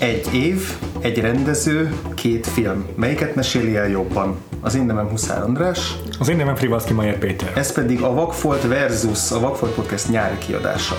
Egy év, egy rendező, 2 film. Melyiket meséli el jobban? Az én nevem Huszár András. Az én nevem Frivalszky Mayer Péter. Ez pedig a Vagfolt versus a Vagfolt Podcast nyári kiadása.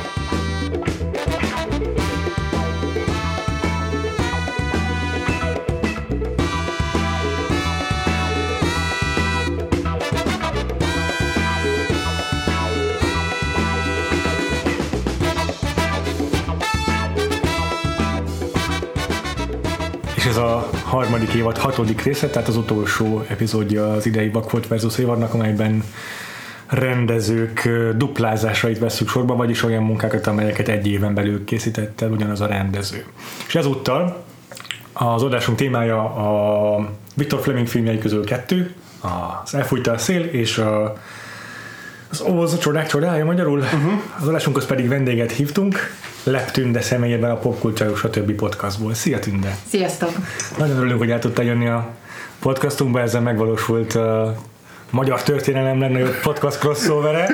Ez a harmadik évad 6. része, tehát az utolsó epizódja az idei Vagfolt versus évadnak, amelyben rendezők duplázásait vesszük sorba, vagyis olyan munkákat, amelyeket egy éven belül készített el ugyanaz a rendező. És ezúttal az adásunk témája a Victor Fleming filmjei közül 2, az Elfújta a szél és az Óz, a csodák csodája magyarul. Az adásunkhoz pedig vendéget hívtunk, Lepp Tünde személyében a Popkultúra és a többi podcastból. Szia Tünde! Sziasztok! Nagyon örülünk, hogy el tudtál jönni a podcastunkba, ezzel megvalósult a magyar történelem legnagyobb podcast crossover-e.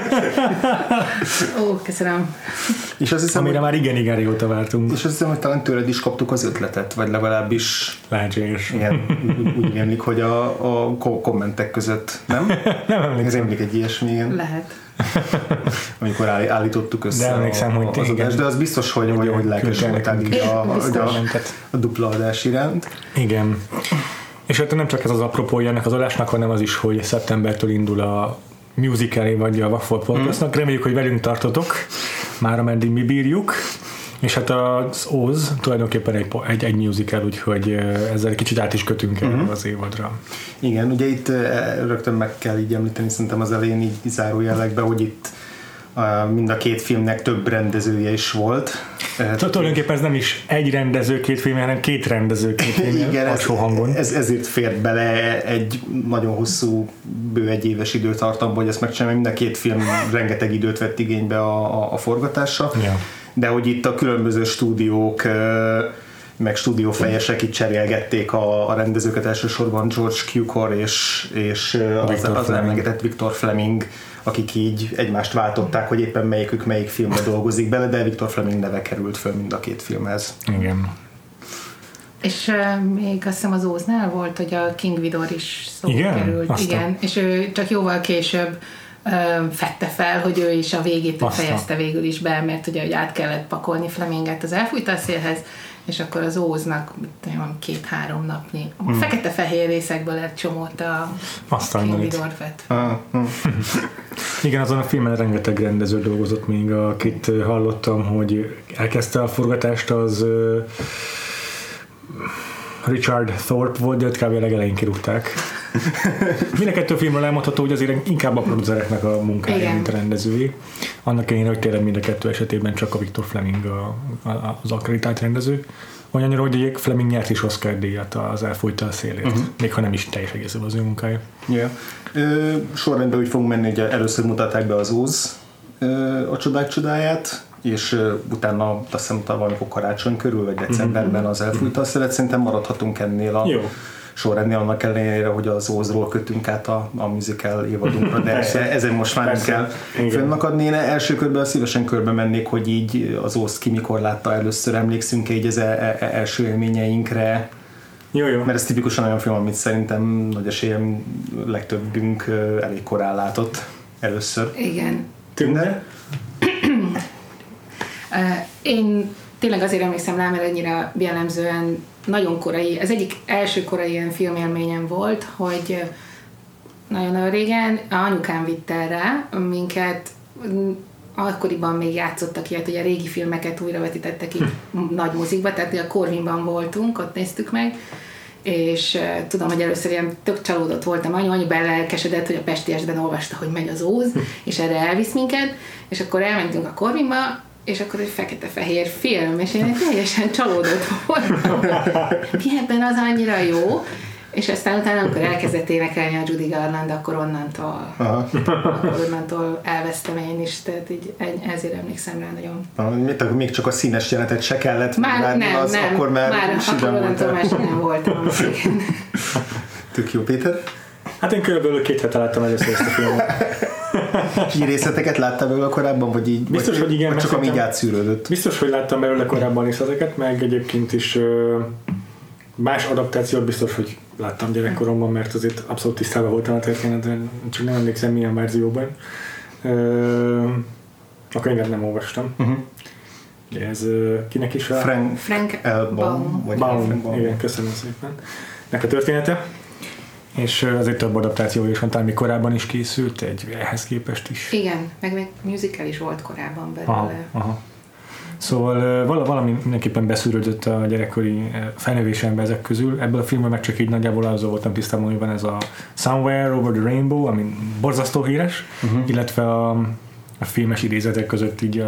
Ó, köszönöm. És azt hiszem, amire már igen régóta vártunk. És azt hiszem, hogy talán tőled is kaptuk az ötletet, vagy legalábbis lehetséges. Igen, úgy emlik, hogy a kommentek között, nem? Nem emlékszem. Ez emlik egy ilyesmi, igen. Lehet. Amikor állítottuk össze az adást, de az biztos, hogy lelkes voltál a dupla adás iránt. Igen. És hát nem csak ez az apropója ennek az adásnak, hanem az is, hogy szeptembertől indul a musical vagy a Vagfolt Podcastnak. Reméljük, hogy velünk tartotok, már ameddig mi bírjuk. És hát az Óz tulajdonképpen egy musical, úgyhogy ezzel kicsit át is kötünk el az évadra. Igen, ugye itt rögtön meg kell így említeni, szerintem az elején így zárójelekbe, hogy itt mind a 2 filmnek több rendezője is volt. Tulajdonképpen ez nem is egy rendező 2 film, hanem 2 rendező 2 film alsó hangon. Ezért fért bele egy nagyon hosszú, bő egy éves időtartamba, hogy ezt megcsinálni, mind a 2 film rengeteg időt vett igénybe a forgatásra. Ja. De hogy itt a különböző stúdiók meg stúdiófejesek itt cserélgették a rendezőket, elsősorban George Cukor és az emlegetett Victor Fleming, akik így egymást váltották, hogy éppen melyikük melyik filmbe dolgozik bele, de Victor Fleming neve került föl mind a 2 filmhez. Igen. És még azt hiszem az Óznál volt, hogy a King Vidor is szóba került. Igen, és ő csak jóval később fedte fel, hogy ő is a végét fejezte végül is be, mert ugye hogy át kellett pakolni Fleminget az Elfújta a szélhez, és akkor az Óznak 2-3 napnyi fekete-fehér részekből lett csomót a King Vidor vett. Igen, azon a filmen rengeteg rendező dolgozott még, akit hallottam, hogy elkezdte a forgatást, az Richard Thorpe volt, de őt kb. A legelején kirúgták. Mind a 2 filmről elmondható, hogy azért inkább a producereknek a munkája, mint a rendezői. Annak ellenére, hogy tényleg mind a 2 esetében csak a Victor Fleming az akkreditált rendező. Olyannyira, hogy Fleming nyert is Oscar-díjat az Elfújta a szélért. Még ha nem is teljes egészében az ő munkája. Yeah. Sorrendben úgy fogunk menni, hogy először mutatták be az Óz a csodák csodáját, és utána azt hiszem valamikor karácsony körül, vagy decemberben az Elfújta a szélet. Szerintem maradhatunk ennél a sorrendnél, annak ellenére, hogy az Ózról kötünk át a musical évadunkra, de ezen most már nem kell fönnakadni. Én első körben szívesen körbe mennék, hogy így az Ózt ki mikor látta először, emlékszünk így az első élményeinkre. Jó. Mert ez tipikusan olyan film, amit szerintem nagy esélyen legtöbbünk elég korán látott először. Igen. Tünde? Én tényleg azért emlékszem rá, mert ennyire jellemzően nagyon korai, ez egyik első korai ilyen filmélményem volt, hogy nagyon régen anyukám vitt el rá, minket akkoriban még játszottak ilyet, hogy a régi filmeket újra vetítettek így nagy mozikba, tehát a Corvinban voltunk, ott néztük meg, és tudom, hogy először ilyen tök csalódott voltam, anyu belelkesedett, hogy a Pestiesben olvasta, hogy megy az Óz, és erre elvisz minket, és akkor elmentünk a Corvinba, és akkor egy fekete-fehér film, és én teljesen csalódott voltam. Mi ebben az annyira jó? És aztán utána, amikor elkezdett énekelni a Judy Garland, akkor onnantól elvesztem én is, tehát így ezért emlékszem rá nagyon. Még csak a színes jelenetet se kellett látni, akkor már onnantól már nem voltam. Tök jó, Péter? Hát én körülbelül 2 hete láttam először ezt a filmet. Így részleteket láttál belőle korábban, vagy így? Biztos, hogy igen. Vagy csak ami így átszűrődött? Biztos, hogy láttam belőle korábban részleteket, meg egyébként is más adaptációt biztos, hogy láttam gyerekkoromban, mert azért abszolút tisztában voltam a történetben, csak nem emlékszem milyen verzióban. A könyvet nem olvastam. Ugye ez kinek is a... Frank Baum. Baum. Igen, köszönöm szépen. Nek a története. És azért több adaptáció is van, talán még korábban is készült, ehhez képest is. Igen, meg még musical is volt korábban belőle. Aha. Szóval valami mindenképpen beszűrődött a gyerekkori felnővésembe ezek közül. Ebből a filmben meg csak így nagyjából azzal voltam tisztában, hogy van ez a Somewhere Over the Rainbow, ami borzasztó híres, illetve a filmes idézetek között így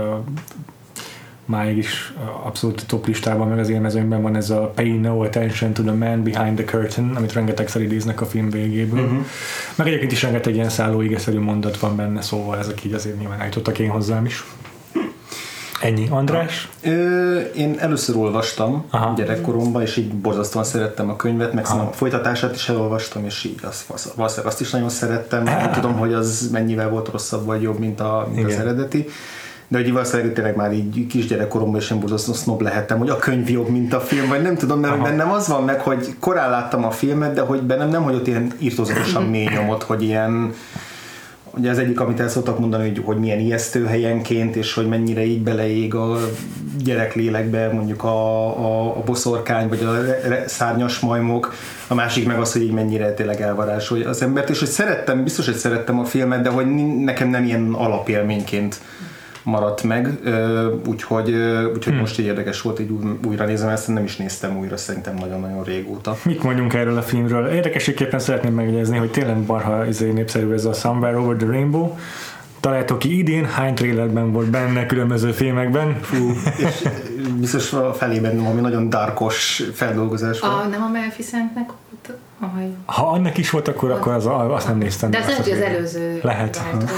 máig is abszolút top listában, meg az élmezőnyben van ez a Pay no attention to the man behind the curtain, amit rengetegszer idéznek a film végéből. Meg egyébként is rengeteg ilyen szállóigeszerű mondat van benne, szóval ezek így azért nyilván eljutottak én hozzám is. Ennyi. András? Én először olvastam gyerekkoromban, és így borzasztóan szerettem a könyvet, meg a folytatását is elolvastam, és így valószínűleg azt is nagyon szerettem. Nem tudom, hogy az mennyivel volt rosszabb vagy jobb, mint az eredeti. De hogy valószínűleg tényleg már így kisgyerekkoromban is én borzasztó sznob lehettem, hogy a könyv jobb, mint a film, vagy nem tudom, mert bennem az van meg, hogy korán láttam a filmet, de hogy bennem nem hagyott ilyen írtózatosan mély nyomot, hogy ilyen. Ugye az egyik, amit el szoktak mondani, hogy milyen ijesztő helyenként, és hogy mennyire így beleég a gyereklélekbe mondjuk a boszorkány, vagy a szárnyas majmok, a másik meg az, hogy így mennyire tényleg elvarázsolja az embert, és hogy szerettem, biztos, hogy szerettem a filmet, de hogy nekem nem ilyen alapélményként maradt meg, úgyhogy most így érdekes volt, így újra nézem, ezt nem is néztem újra szerintem nagyon-nagyon régóta. Mit mondjunk erről a filmről? Érdekességképpen szeretném megjegyezni, hogy tényleg barha népszerű ez a Somewhere Over the Rainbow. Találtok ki idén, hány trailerben volt benne különböző filmekben? És biztos a felében valami nagyon darkos feldolgozás volt. Nem a Maleficentnek volt a hajó. Ha annak is volt, akkor azt nem néztem. De ez az előző. Lehet.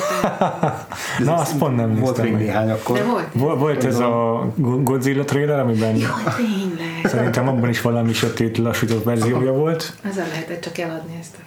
Na, azt pont nem néztem. Volt még néhány akkor. Volt ez a Godzilla trailer, amiben tényleg. Szerintem abban is valami sötét, lassított verziója volt. Ezzel lehetett csak eladni ezt.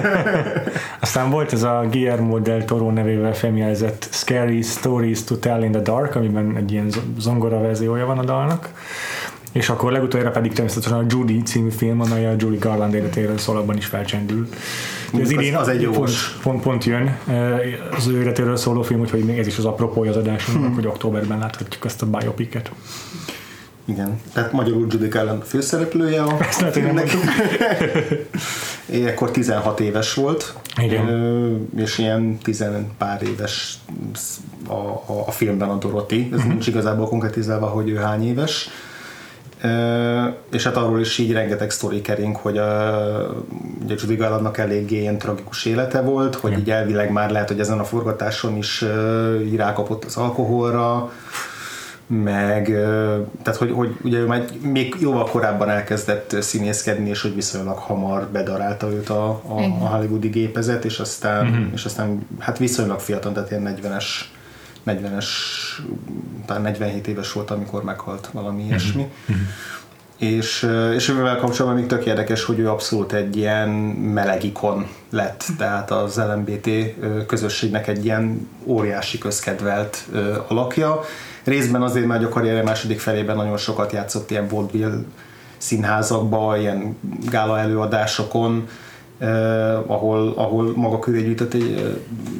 Aztán volt ez a Guillermo del Toro nevével femjelzett Scary Stories to Tell in the Dark, amiben egy ilyen zongora verziója van a dalnak. És akkor legutoljára pedig természetesen a Judy című film, amely a Judy Garland életéről szól, abban is felcsendül. Az idén az egy pont jön az ő életéről szóló film, úgyhogy még ez is az apropója az adásunknak, hogy októberben láthatjuk ezt a biopicet. Igen, tehát magyarul Judy Garland főszereplője a filmnek. Ekkor 16 éves volt. Igen. És ilyen 10 pár éves a filmben a Dorothy. Ez nincs igazából konkrétizálva, hogy ő hány éves. És hát arról is így rengeteg sztori kering, hogy ugye Judy Garlandnak eléggé ilyen tragikus élete volt, hogy így elvileg már lehet, hogy ezen a forgatáson is így rákapott az alkoholra, meg tehát hogy ugye ő már még jóval korábban elkezdett színészkedni, és hogy viszonylag hamar bedarálta őt a hollywoodi gépezet, és aztán hát viszonylag fiatal, tehát ilyen 40-es, talán 47 éves volt, amikor meghalt, valami ilyesmi. És ővel kapcsolatban még tök érdekes, hogy ő abszolút egy ilyen meleg ikon lett, tehát az LMBT közösségnek egy ilyen óriási közkedvelt alakja. Részben azért, mert a karriere második felében nagyon sokat játszott ilyen vaudeville színházakban, ilyen gála előadásokon, ahol maga köré gyűjtött egy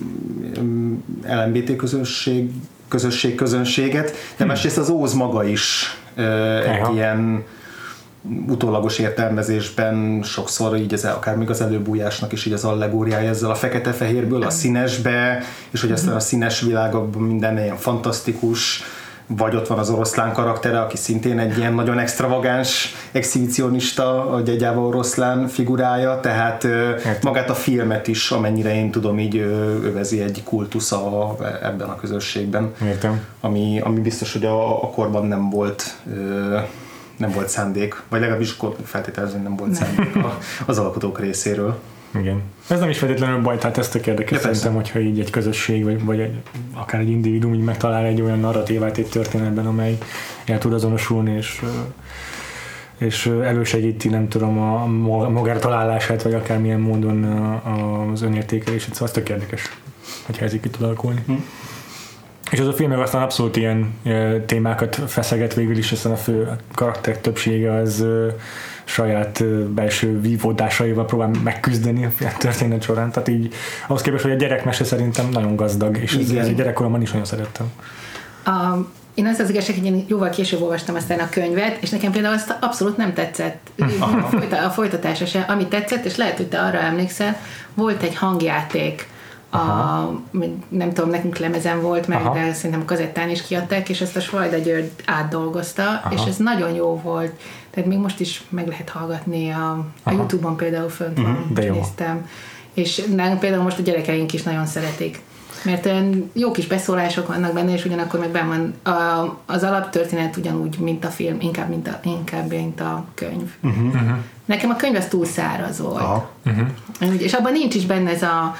LMBT közönséget, de másrészt az Óz maga is egy ilyen utólagos értelmezésben sokszor így akár még az előbújásnak is így az allegóriája ezzel a fekete-fehérből a színesbe, és hogy aztán a színes világban minden ilyen fantasztikus, vagy ott van az oroszlán karaktere, aki szintén egy ilyen nagyon extravagáns exhibicionista, a gyegyáva oroszlán figurája, tehát magát a filmet is, amennyire én tudom, így övezi egy kultusza ebben a közösségben. Értem. Ami biztos, hogy a korban nem volt szándék, vagy legalábbis feltételező, hogy nem volt szándék az alkotók részéről. Igen. Ez nem is feltétlenül baj, tehát ez tök érdekes szerintem, hogyha így egy közösség, vagy akár egy individuum így megtalál egy olyan narratívát egy történetben, amely el tud azonosulni, és és elősegíti, nem tudom, a magára találását, vagy akármilyen módon az önértékelését, szóval az tök érdekes, hogyha ez így ki tud alakulni. És az a film meg aztán abszolút ilyen témákat feszeget végül is, hiszen a fő karakter többsége az saját belső vívódásaival próbál megküzdeni a történet során. Tehát így ahhoz képest, hogy a gyerekmese szerintem nagyon gazdag, és ez gyerekkoromban is nagyon szerettem. Én az igazság, hogy én jóval később olvastam aztán a könyvet, és nekem például azt abszolút nem tetszett. A folytatása sem. Amit tetszett, és lehet, hogy te arra emlékszel, volt egy hangjáték, nem tudom, nekünk lemezen volt, de szerintem a kazettán is kiadták, és ezt a Svajda György átdolgozta, és ez nagyon jó volt. Tehát még most is meg lehet hallgatni a YouTube-on például fönt van, néztem. És nálunk például most a gyerekeink is nagyon szeretik. Mert olyan jó kis beszólások vannak benne, és ugyanakkor meg benne van az alaptörténet ugyanúgy, mint a film, inkább mint a könyv. Nekem a könyv az túl száraz volt. És abban nincs is benne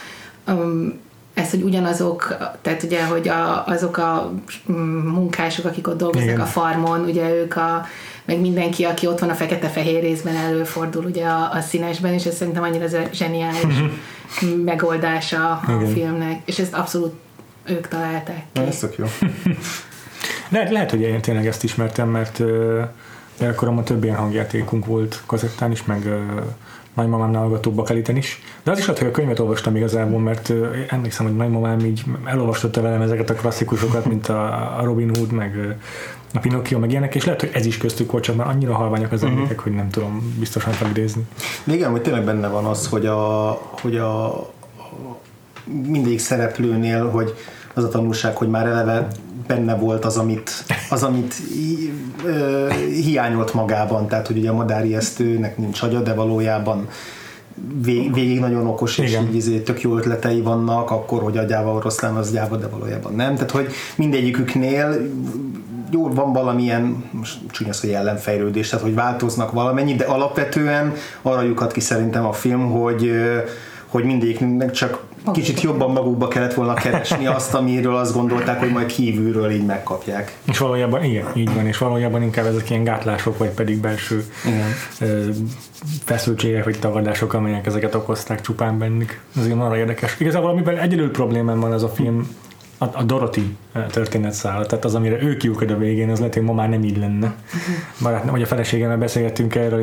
ez, hogy ugyanazok, tehát ugye, hogy azok a munkások, akik ott dolgoznak a farmon, ugye ők meg mindenki, aki ott van a fekete-fehér részben előfordul ugye a színesben, és ez szerintem annyira zseniális megoldása a filmnek, és ezt abszolút ők találták ki. Ez tök jó. Lehet, hogy én tényleg ezt ismertem, mert gyerekkoromban több ilyen hangjátékunk volt kazettán is, meg nagymamámnál hallgató Bakeliten is. De az is lehet, hogy a könyvet olvastam igazából, mert emlékszem, hogy nagymamám így elolvastotta velem ezeket a klasszikusokat, mint a Robin Hood, meg a Pinocchio, meg ilyenek, és lehet, hogy ez is köztük volt, csak már annyira halványak az emlékek, hogy nem tudom biztosan felidézni. Igen, hogy tényleg benne van az, hogy a mindegyik szereplőnél, hogy az a tanulság, hogy már eleve benne volt az, amit hiányolt magában, tehát hogy ugye a madárijesztőnek nincs agya, de valójában végig nagyon okos, és így tök jó ötletei vannak, akkor, hogy a gyáva oroszlán az gyáva, de valójában nem. Tehát, hogy mindegyiküknél jó, van valamilyen, most csúnya szó, ellenfejlődés, tehát, hogy változnak valamennyi, de alapvetően arra lyukat ki szerintem a film, hogy mindegyiknek csak kicsit jobban magukba kellett volna keresni azt, amiről azt gondolták, hogy majd kívülről így megkapják. És valójában igen, így van, és valójában inkább ezek ilyen gátlások, vagy pedig belső feszültségek, vagy tagadások, amelyek ezeket okozták csupán bennük. Ez igen arra érdekes. Igazából amiben egyedül problémám van az a film, a Dorothy történetszál, tehát az, amire ő kiukad a végén, az lehet, hogy ma már nem így lenne. Vagy a feleségemmel beszélgettünk erről,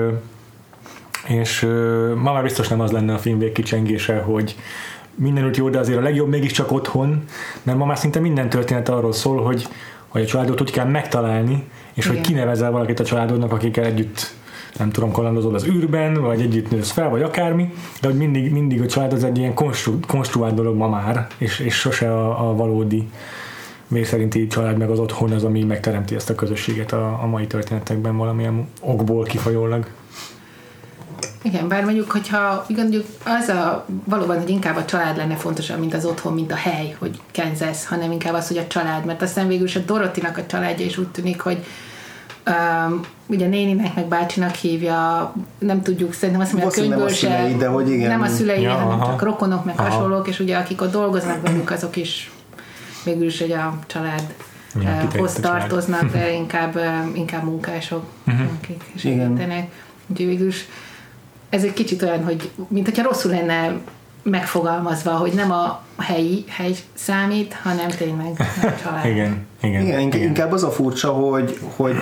és ma már biztos nem az lenne a film végkicsengése, hogy mindenütt jó, de azért a legjobb mégiscsak otthon, mert ma már szinte minden történet arról szól, hogy a családot úgy kell megtalálni, és hogy kinevezel valakit a családodnak, akikkel együtt, nem tudom, kalandozol az űrben, vagy együtt nősz fel, vagy akármi, de hogy mindig a család az egy ilyen konstruált dolog ma már, és sose a valódi vér szerinti család meg az otthon az, ami megteremti ezt a közösséget a mai történetekben valamilyen okból kifolyólag. Igen, bár mondjuk, hogyha mondjuk valóban, hogy inkább a család lenne fontosabb, mint az otthon, mint a hely, hogy Kansas, hanem inkább az, hogy a család, mert aztán végül is a Dorothynak a családja is úgy tűnik, hogy ugye néninek meg bácsinak hívja, nem tudjuk, szerintem azt mondja, a könyvből sem, nem a szülei, hanem csak rokonok, meg hasonlók, és ugye akik ott dolgoznak velük, azok is végül is, hogy a családhoz tartoznak, de inkább munkások, akik segítenek. Úgyhogy végül is ez egy kicsit olyan, hogy mint hogyha rosszul lenne megfogalmazva, hogy nem a hely számít, hanem tényleg a család. Igen. Inkább az a furcsa, hogy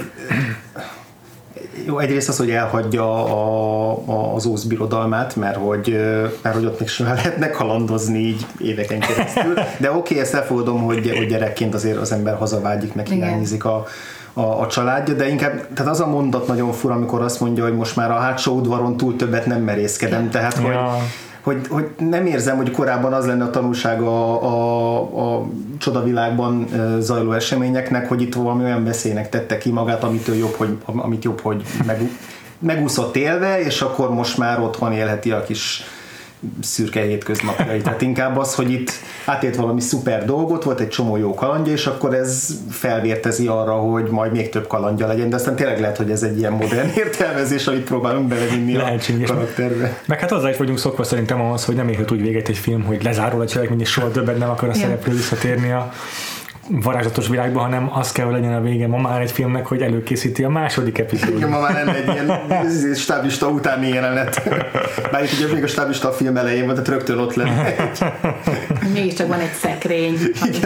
jó, egyrészt az, hogy elhagyja az Óz birodalmát, mert hogy ott még sem lehetne kalandozni így éveken keresztül, de oké, ezt elfogadom, hogy gyerekként azért az ember hazavágyik, meg hiányozik a családja, de inkább, tehát az a mondat nagyon fura, amikor azt mondja, hogy most már a hátsó udvaron túl többet nem merészkedem, tehát hogy nem érzem, hogy korábban az lenne a tanulság a csodavilágban zajló eseményeknek, hogy itt valami olyan veszélynek tette ki magát, amit jobb, hogy megúszott élve, és akkor most már otthon élheti a kis szürke hétköznapjai. Tehát inkább az, hogy itt átélt valami szuper dolgot, volt egy csomó jó kalandja, és akkor ez felvértezi arra, hogy majd még több kalandja legyen, de aztán tényleg lehet, hogy ez egy ilyen modern értelmezés, amit próbálunk belevinni a karakterbe. Meg hát azzal is vagyunk szokva szerintem ahhoz, hogy nem érhet úgy véget egy film, hogy lezárul a cselekmény, és soha többet nem akar a szereplő visszatérni a varázslatos világban, hanem az kell, hogy legyen a vége ma már egy filmnek, hogy előkészíti a második epizódot. Igen, ma már lenne egy ilyen stáblista utáni jelenet. Bár itt ugye még a stáblista a film elején van, tehát rögtön ott lenne. Mégiscsak van egy szekrény.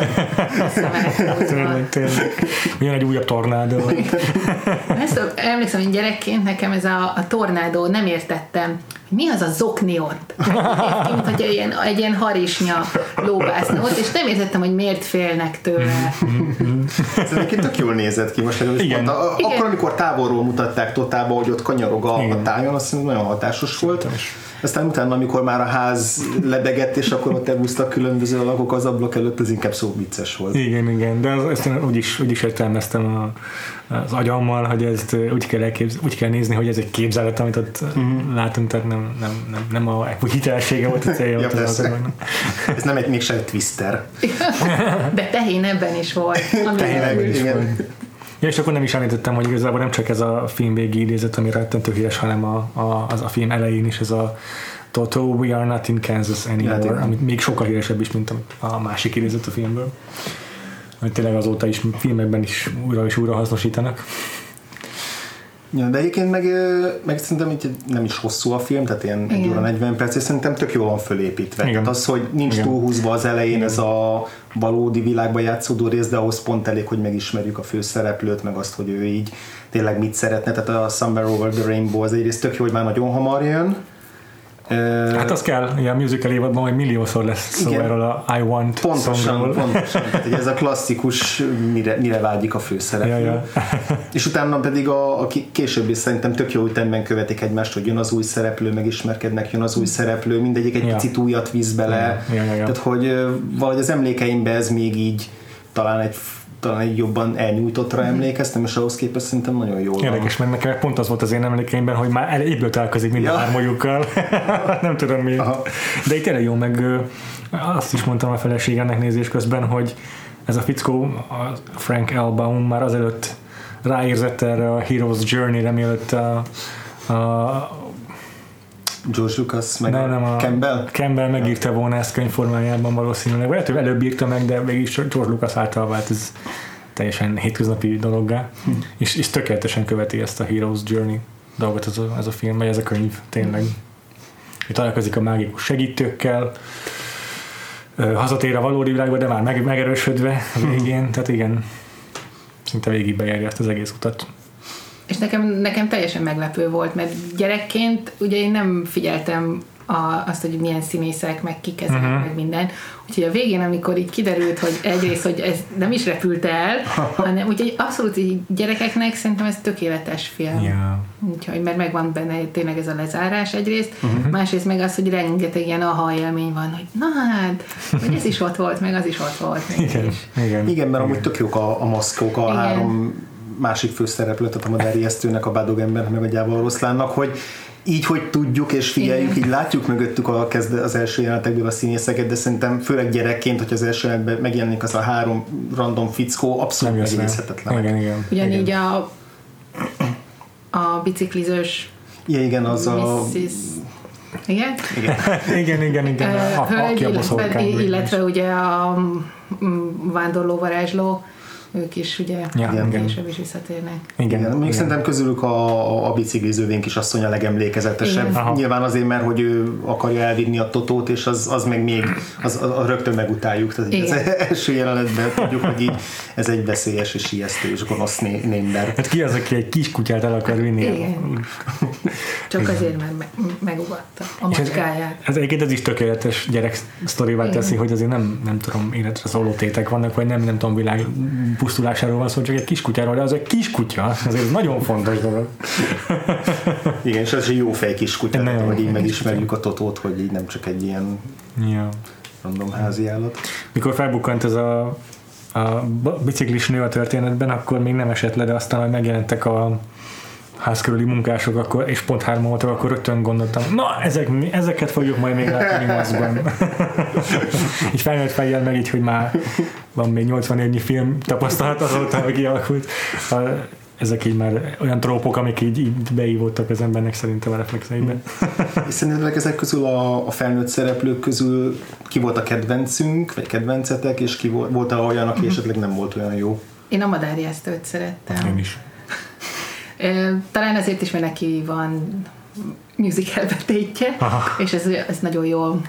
Tényleg. Jön egy újabb tornádó. Emlékszem, hogy gyerekként nekem ez a tornádó, nem értettem, mi az a zokni ott? Mint hogy egy ilyen harisnya lóbászna ott, és nem értettem, hogy miért félnek tőle. Szerintem tök jól nézett ki most. Akkor, amikor távolról mutatták totálba, hogy ott kanyarog a tájon, azt hiszem nagyon hatásos volt. Aztán utána, amikor már a ház lebegett, és akkor ott elhúztak különböző alakok az ablak előtt, ez inkább szó vicces volt. Igen, de ezt én úgy is értelmeztem az agyammal, hogy ezt úgy kell nézni, hogy ez egy képzelet, amit ott látunk, tehát nem a hitelessége volt a célja. Ja, ez nem mégsem egy twister. De tehén ebben is volt. Tehén ebben is volt. Ja, és akkor nem is említettem, hogy igazából nem csak ez a film végi idézet, ami rettentő híres, hanem az a film elején is ez a Toto, we are not in Kansas anymore, ami még sokkal híresebb is, mint a másik idézet a filmből. Hogy tényleg azóta is filmekben is újra és újra hasznosítanak. Ja, de egyébként meg szerintem így nem is hosszú a film, tehát ilyen 1 óra 40 perc, és szerintem tök jól van fölépítve. Igen. Tehát az, hogy nincs túlhúzva az elején ez a valódi világban játszódó rész, de ahhoz pont elég, hogy megismerjük a főszereplőt, meg azt, hogy ő így tényleg mit szeretne. Tehát a Somewhere Over the Rainbow az egyrészt tök jó, hogy már nagyon hamar jön. Hát az kell, a musical évadban majd milliószor lesz szó erről a I Want Pontosan. Tehát ez a klasszikus mire vágyik a főszereplő. Ja. És utána pedig a később is szerintem tök jó ütemben követik egymást, hogy jön az új szereplő, megismerkednek, jön az új szereplő, mindegyik egy picit újat visz bele. Ja. Tehát, hogy valahogy az emlékeimben ez még így talán egy jobban elnyújtottra emlékeztem, és ahhoz képest szerintem nagyon jól. Érdekes, mert nekem pont az volt az én emlékeimben, hogy már egyből találkozik mind a hármójukkal. Nem tudom miért. Aha. De itt tényleg jó, meg azt is mondtam a feleségemnek nézés közben, hogy ez a fickó, a Frank L. Baum már azelőtt ráérzett erre a Hero's Journey-re, mielőtt a George Lucas, meg Campbell? Campbell megírta volna ezt könyvformájában valószínűleg. Lehet, hogy előbb írta meg, de végig George Lucas által vált ez teljesen hétköznapi dologgá. És tökéletesen követi ezt a Hero's Journey dolgot ez a film, vagy ez a könyv, tényleg. Itt találkozik a mágikus segítőkkel, hazatér a valódi világba, de már megerősödve a végén. Tehát igen, szinte végig bejárja ezt az egész utat. És nekem teljesen meglepő volt, mert gyerekként ugye én nem figyeltem azt, hogy milyen színészek, meg kik ezek, meg minden. Úgyhogy a végén, amikor így kiderült, hogy egyrészt, hogy ez nem is repült el, hanem úgyhogy abszolút így gyerekeknek szerintem ez tökéletes film. Yeah. Úgyhogy mert megvan benne tényleg ez a lezárás egyrészt, másrészt meg az, hogy rengeteg ilyen aha élmény van, hogy na hát, hogy ez is ott volt, meg az is ott volt. Igen, mert amúgy tök jók a maszkok, a három másik főszereplőt, a Madárjesztőnek, a Bádog embernek, meg a Gyáva Oroszlánnak, hogy így, hogy tudjuk és figyeljük, így látjuk mögöttük az első jelenetekből a színészeket, de szerintem főleg gyerekként, hogy az első jelenetben megjelenik az a 3 random fickó, abszolút megidézhetetlen. Igen. Ugyanígy a biciklizős igen, az Mrs. Igen. A hölgy, illetve ugye a vándorló varázsló, ők is ugye később is visszatérnek. Igen. Még szerintem közülük a biciklizővénk is asszony a legemlékezetesebb. Nyilván azért, mert hogy ő akarja elvinni a Totót, és az meg még az rögtön megutáljuk. Tehát az első jelenetben tudjuk, hogy így ez egy veszélyes és ijesztő és gonosz némber. Hát ki az, aki egy kiskutyát el akar vinni? Igen. Csak azért, mert megugatta a macskáját. Ez is tökéletes gyerek sztorivá teszi, hogy azért nem tudom, életre szóló tétek vannak, vagy nem tudom, világ pusztulásáról van szó, csak egy kiskutyáról, de az egy kiskutya, azért nagyon fontos dolog. Igen, és ez egy jó fej kiskutya, hogy így megismerjük a Totót, hogy így nem csak egy ilyen random házi állat. Mikor felbukkant ez a biciklis nő a történetben, akkor még nem esett le, de aztán, hogy megjelentek a ház körüli munkások, akkor, és pont 3 voltak, akkor rögtön gondoltam, na, ezeket fogjuk majd még látni maszkban. Így felnőtt fejjel meg így, hogy már van még 80 évnyi film tapasztalat azóta, hogy kialakult. ezek így már olyan trópok, amik így beívódtak az embernek szerintem a reflexeiben. És szerintetek ezek közül a felnőtt szereplők közül ki volt a kedvencünk, vagy kedvencetek, és ki volt olyan, aki esetleg nem volt olyan jó? Én a Madár Ijesztőt szerettem. Én is. Talán azért is, mert neki van musical betétje, és ez nagyon jól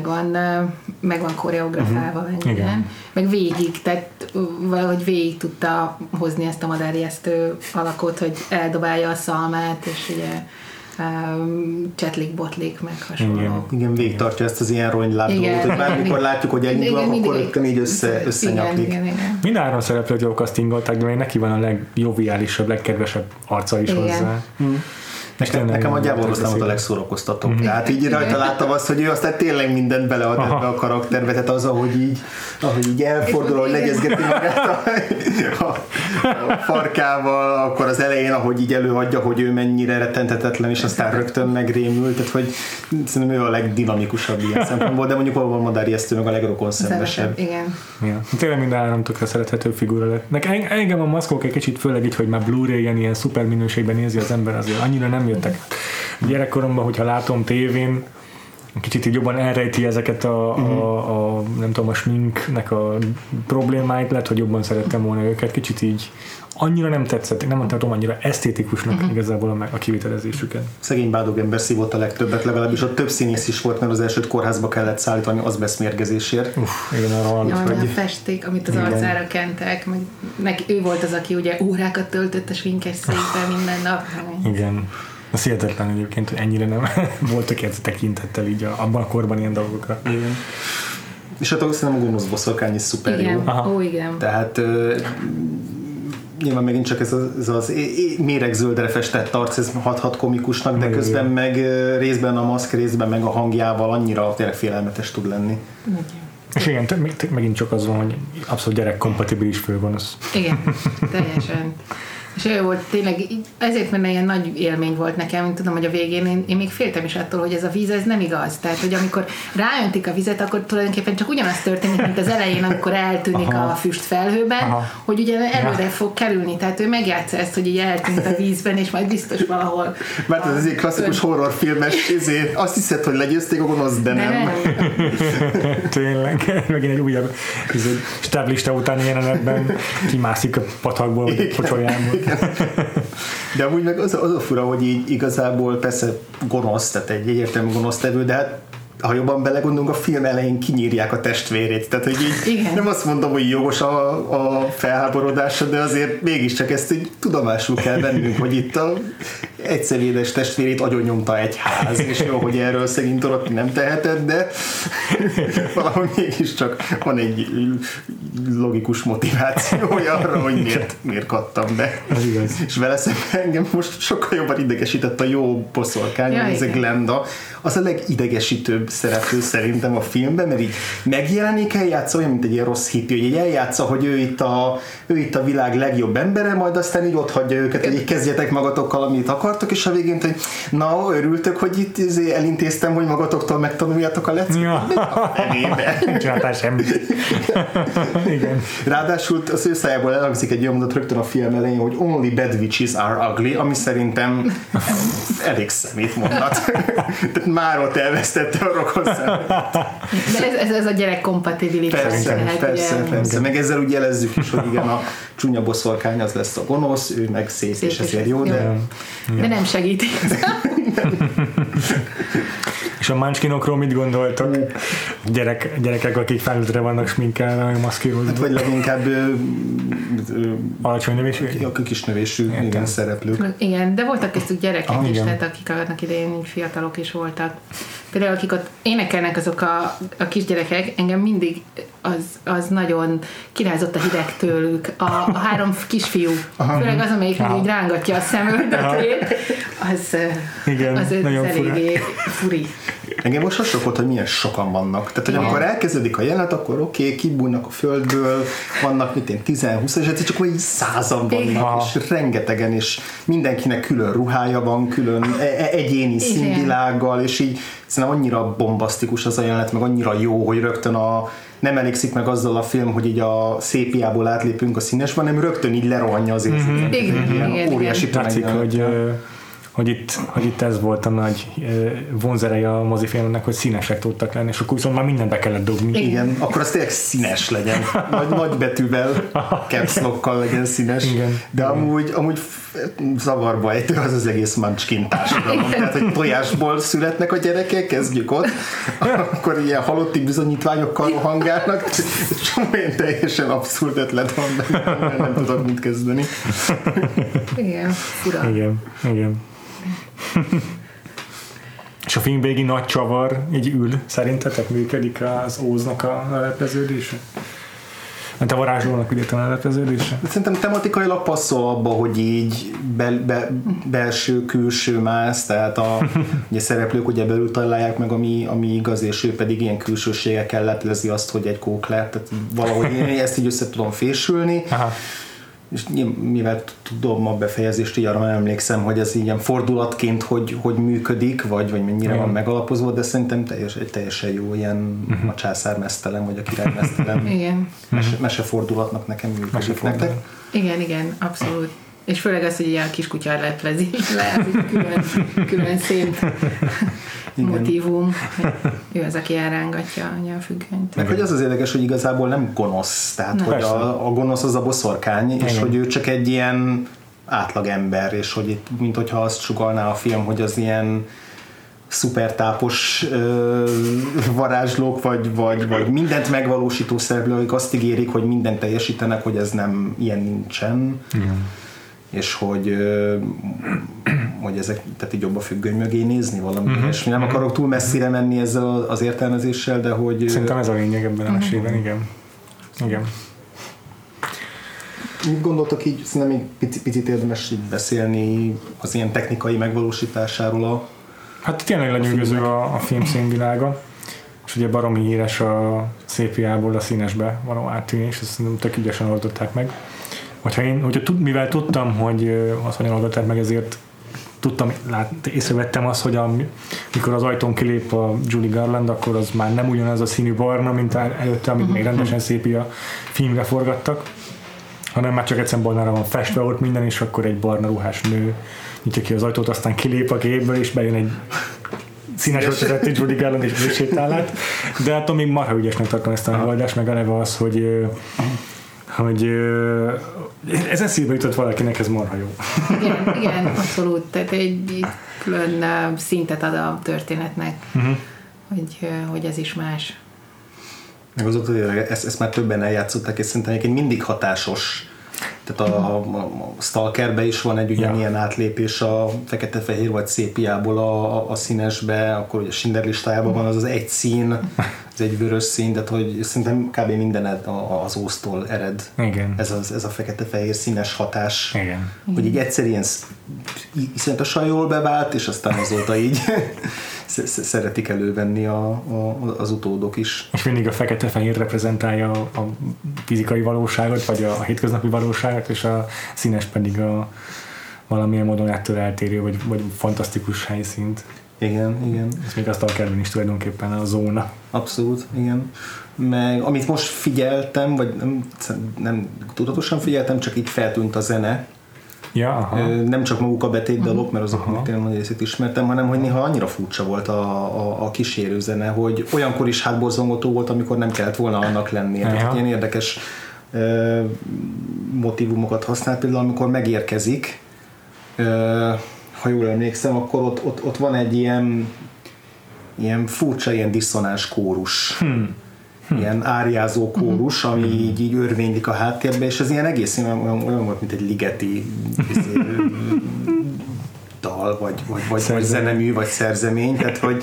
megvan koreografálva, meg végig, tehát valahogy végig tudta hozni ezt a Madár Ijesztő alakot, hogy eldobálja a szalmát, és ugye csetlik-botlik, meg hasonló. Igen, végig tartja ezt az ilyen rongyláb dolgot, hogy bármikor látjuk, hogy elindul, akkor rögtön így összenyaklik. Igen. Mind 3 szereplőt jól castingolták, de neki van a legjoviálisabb, legkedvesebb arca is hozzá. Nekem a Gyávoroztámot a legszórakoztatóbb. Tehát így rajta láttam azt, hogy ő aztán tényleg mindent belead ebbe a karakterbe, tehát az, ahogy így elfordul, hogy legyezgeti magát a farkával, akkor az elején, ahogy így előadja, hogy ő mennyire rettenthetetlen, és aztán rögtön megrémül, tehát hogy szerintem ő a legdinamikusabb ilyen szempontból, de mondjuk valóban Madár Ijesztő meg a legrokonszenvesebb. Igen. Ja. Tényleg mind 3 tökre szerethető figura lett. Engem a maszkok egy kicsit, főleg így, hogy már Blu-ray-en ilyen szuper minőségben nézi az ember, azért annyira nem jöttek. Gyerekkoromban, hogyha látom tévén, kicsit így jobban elrejti ezeket a nem tudom, a sminknek a problémáit, lehet, hogy jobban szerettem volna őket, kicsit így annyira nem tetszett, nem tartom annyira esztétikusnak igazából a kivitelezésüket. Szegény bádog ember szívott a legtöbbet, legalábbis ott több színész is volt, mert az elsőt kórházba kellett szállítani azbeszmérgezésért. Igen, arra a festék, amit az arcára kentek, meg ő volt az, aki ugye órákat töltött a sminkes székben minden nap. Igen. Az hihetetlen egyébként, hogy ennyire nem voltak ez tekintettel így abban a korban ilyen dolgokra. Igen. És hát szerintem a gonosz boszorkány is szuper igen. jó. Igen. Tehát nyilván megint csak ez az méregzöldre festett arc, ez hathat komikusnak, de közben meg részben a maszk, részben meg a hangjával annyira tényleg félelmetes tud lenni. És igen, megint csak az van, hogy abszolút gyerekkompatibilis főgonosz. Igen, teljesen. És ő volt tényleg, ezért menne ilyen nagy élmény volt nekem, tudom, hogy a végén én még féltem is attól, hogy ez a víz, ez nem igaz. Tehát, hogy amikor ráöntik a vizet, akkor tulajdonképpen csak ugyanaz történik, mint az elején, amikor eltűnik a füst felhőben, hogy ugye előre fog kerülni. Tehát ő megjátsza ezt, hogy így eltűnt a vízben, és majd biztos valahol. Mert ez egy klasszikus horrorfilmes, azt hiszed, hogy legyőzték a gonosz, de nem. Tényleg, megint egy újabb stáblista utáni jelenetben kimászik a patakból, vagy a pocsolyából. De amúgy meg az a fura, hogy így igazából persze gonosz, tehát egy egyértelmű gonosztevő, de hát ha jobban belegondolunk, a film elején kinyírják a testvérét. Tehát, hogy így nem azt mondom, hogy jogos a felháborodása, de azért mégiscsak ezt így tudomásul kell vennünk, hogy itt a egyszerédes testvérét agyonnyomta egy ház, és jó, hogy erről szegény Dorothy nem tehetett, de valahogy mégiscsak van egy logikus motivációja arra, hogy miért kattam be. És vele szemben engem most sokkal jobban idegesített a jó boszorkány, ez a Glenda. Az a legidegesítőbb szereplő szerintem a filmben, mert így megjelenik, eljátsza olyan, mint egy ilyen rossz hippi, hogy így eljátsza, hogy ő itt a világ legjobb embere, majd aztán így otthagyja őket, hogy így kezdjetek magatokkal, amit akartok, és a végén, hogy na, örültök, hogy itt elintéztem, hogy magatoktól megtanuljátok a leckét. Ja. Nem csináltál semmit. Igen. Ráadásul az ő szájából elhangzik egy olyan mondat rögtön a film elején, hogy only bad witches are ugly, ami szerintem elég szemét mondat. Tehát már ott elvesztette a rokonszenvet. De ez a gyerek kompatibilitás. Persze. Meg ezzel úgy jelezzük is, hogy igen, a csúnya boszorkány az lesz a gonosz, ő meg szép és ezért jó, de nem segíti. És a Munchkinokról mit gondoltak? Gyerekek, akik felnőttre vannak sminkelve, maszkírozva. Hát vagy leginkább alacsony növésű? A kis növésű szereplők. Igen, de voltak köztük gyerekek is, tehát akik annak idején fiatalok is voltak. Például akik ott énekelnek, azok a kisgyerekek, engem mindig az nagyon kirázott a hideg tőlük. A 3 kisfiú, főleg az, amelyik így rángatja a szemöldökét, az eléggé furi. Engem most sokkolt, hogy milyen sokan vannak. Tehát, hogy amikor elkezdődik a jelenet, akkor oké, kibújnak a földből, vannak 10-20, és csak olyan 100-an vannak, és rengetegen, és mindenkinek külön ruhája van, külön egyéni színvilággal, és így szerintem annyira bombasztikus az a jelenet, meg annyira jó, hogy rögtön nem elégszik meg azzal a film, hogy így a szépiából átlépünk a színesbe, hanem rögtön így lerohanja az érzetet. Igen, óriási látszik, hogy itt ez volt a nagy vonzereje a mozifilmnek, hogy színesek tudtak lenni, és akkor viszont már mindent be kellett dobni. Igen, akkor az tényleg színes legyen. Nagy betűvel, caps lockkal legyen színes. Igen. De amúgy zavarba ejtő az egész Munchkin társadalom. Tehát, hogy tojásból születnek a gyerekek, kezdjük ott, akkor ilyen halotti bizonyítványokkal rohangálnak, olyan teljesen abszurd ötlet van, nem tudok mit kezdeni. Igen, fura. Igen. És a film végén nagy csavar így ül, szerintetek működik az Óznak a lelepeződése? A varázslónak írtam a lelepeződése? Szerintem tematikailag passzol abba, hogy így belső-külső mász, tehát ugye szereplők ugye belül találják meg, ami igaz, és ő pedig ilyen külsőségekkel leplezi azt, hogy egy kók lett, tehát valahogy én ezt így össze tudom fésülni. Aha. És mivel tudom a befejezést, így arra emlékszem, hogy ez ilyen fordulatként hogy működik, vagy mennyire van megalapozva, de szerintem teljesen jó ilyen a császár mesztelem, vagy a király mesztelem. Igen. Mesefordulatnak nekem működik. Nektek? Igen, abszolút. És főleg az, hogy ilyen a kiskutya leplezi le, külön szép motívum. Ő az, aki elrángatja a függönyt. Meg hogy az érdekes, hogy igazából nem gonosz. Tehát, hogy a gonosz az a boszorkány, és hogy ő csak egy ilyen átlag ember, és hogy itt, mint hogyha azt sugallná a film, hogy az ilyen szupertápos varázslók, vagy mindent megvalósító szereplők azt ígérik, hogy mindent teljesítenek, hogy ez nem, ilyen nincsen. És hogy ezek, tehát így jobb a függöny mögé nézni valami ilyesmi. Nem akarok túl messzire menni ezzel az értelmezéssel, de hogy... Szerintem ez a lényeg ebben a mesében, igen. Mit gondoltok így, szerintem még picit érdemes így beszélni az ilyen technikai megvalósításáról Hát tényleg lenyűgöző a film színvilága, és ugye baromi híres a szépiából a színesbe való áttűnés, ezt szerintem tök ügyesen oldották meg. Mivel tudtam, hogy azt hogyan oldották meg, ezért észrevettem azt, hogy mikor az ajtón kilép a Judy Garland, akkor az már nem ugyanaz a színű barna, mint előtte, amit még rendesen szépia filmre forgattak, hanem már csak egyszerűen barnára van festve ott minden, és akkor egy barna ruhás nő nyitja ki az ajtót, aztán kilép a képből, és bejön egy színes öltözetű Judy Garland és bősétál át. De hát még marha ügyesnek tartom ezt a megoldást, meg a neve az, hogy ez eszébe jutott valakinek, ez marha jó. Igen, abszolút. Tehát egy külön szintet ad a történetnek, hogy ez is más. Meg azok, hogy ezt már többen eljátszották, és szerintem egyébként mindig hatásos. Tehát a Stalkerbe is van egy ugyanilyen átlépés a fekete-fehér vagy szépiából a színesbe, akkor ugye a Schindler listájában van az egy szín, az egy vörös szín, tehát hogy szerintem kb. Minden az Óztól ered. Igen. Ez a fekete-fehér színes hatás. Igen. Hogy így egyszer ilyen iszonyatosan jól bevált, és aztán azóta így szeretik elővenni az utódok is. És mindig a fekete-fehér reprezentálja a fizikai valóságot, vagy a hétköznapi valóságot, és a színes pedig a valamilyen módon ettől eltérő, vagy fantasztikus helyszínt. Igen. Ez még azt a kerülni is tulajdonképpen a zóna. Abszolút, igen. Meg amit most figyeltem, vagy nem tudatosan figyeltem, csak így feltűnt a zene. Ja, aha. Nem csak maguk a betétdalok, mert azok tényleg nagy részét ismertem, hanem hogy néha annyira furcsa volt a kísérő zene, hogy olyankor is hátborzongató volt, amikor nem kellett volna annak lennie. Tehát ilyen érdekes motivumokat használt, például amikor megérkezik, ha jól emlékszem, akkor ott van egy ilyen furcsa, ilyen diszonáns kórus. Ilyen áriázó kórus, ami így örvénylik a háttérbe, és ez ilyen egész olyan volt, mint egy ligeti dal, vagy zenemű, vagy szerzemény, tehát hogy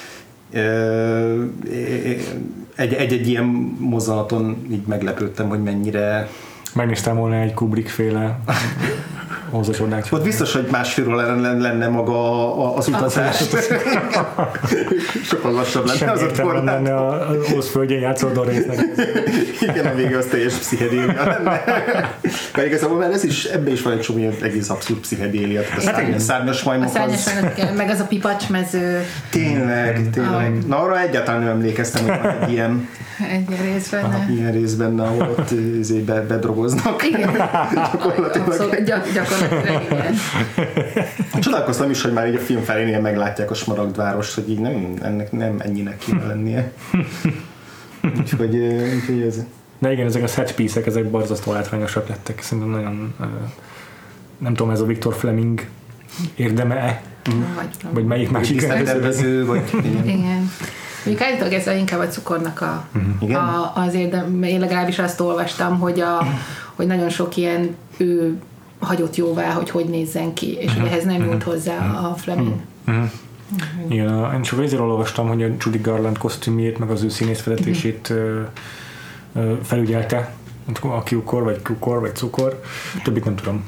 egy ilyen mozzanaton így meglepődtem, hogy mennyire... Megnéztem volna egy Kubrick-féle Ahhoz a csodák. Ott biztos, hogy másfélről lenne maga az utazás. Sokkal lassabb lenne az ott korlát. Lenne a Ózföldjén játszódó résznek. Igen, a vége az teljes pszichedélia lenne. Mert igazából már ebben is van egy csomó egész abszurd pszichédélia. A szárnyas majmok meg az a pipacsmező. Tényleg. Na arra egyáltalán nem emlékeztem, hogy van egy ilyen rész benne, ahol ott bedrogoznak. Igen. Gyakorlatilag igen. Csodálkoztam is, hogy már így a film felénél meglátják a Smaragdvárost, hogy így nem ennyinek kéne lennie. Úgyhogy ez... De igen, ezek a set piece-ek, ezek borzasztó látványosak lettek. Szerintem nagyon, nem tudom, ez a Victor Fleming érdeme-e? Vagy melyik másik rendező? Igen. Mondjuk állítólag ez inkább a cukornak az érdem. Én legalábbis azt olvastam, hogy nagyon sok ilyen ő hagyott jóvá, hogy nézzen ki, és hogy ehhez nem jut hozzá a Fleming. Igen, én csak azért olvastam, hogy a Judy Garland kosztümjét, meg az ő színészvezetését felügyelte, a Q-kor, vagy Q-kor, vagy cukor. Többit nem tudom.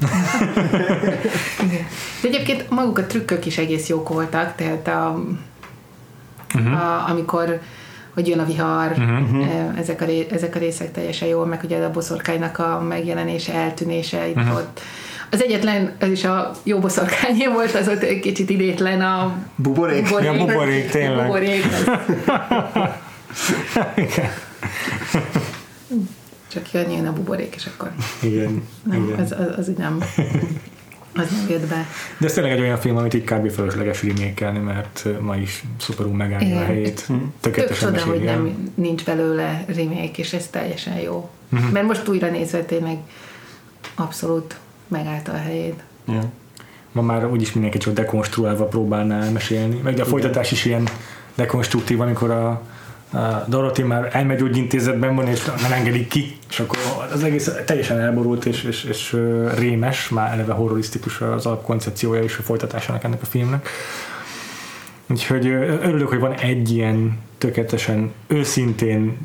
De egyébként maguk a trükkök is egész jók voltak, tehát amikor hogy jön a vihar, ezek a részek teljesen jól, meg ugye a boszorkánynak a megjelenése, eltűnése itt ott. Az egyetlen, ez is a jó boszorkányé volt, az ott egy kicsit idétlen a buborék. Ja, buborék, tényleg. Buborék. Csak jön a buborék, és akkor igen. Az így nem... Az nem jött be. De ez tényleg egy olyan film, amit így kb. Fölösleges remékelni, mert ma is szuperul megállja a helyét. Tökéletesen tök csoda, hogy nincs belőle remake, és ez teljesen jó. Mert most újra nézve tényleg abszolút megállta a helyét. Yeah. Ma már úgyis mindenki csak dekonstruálva próbálná mesélni. Meg a folytatás is ilyen dekonstruktív, amikor a Dorothy már elmegyógyintézetben van, és nem engedik ki, és akkor az egész teljesen elborult, és rémes, már eleve horrorisztikus az alapkoncepciója és a folytatásának ennek a filmnek. Úgyhogy örülök, hogy van egy ilyen tökéletesen őszintén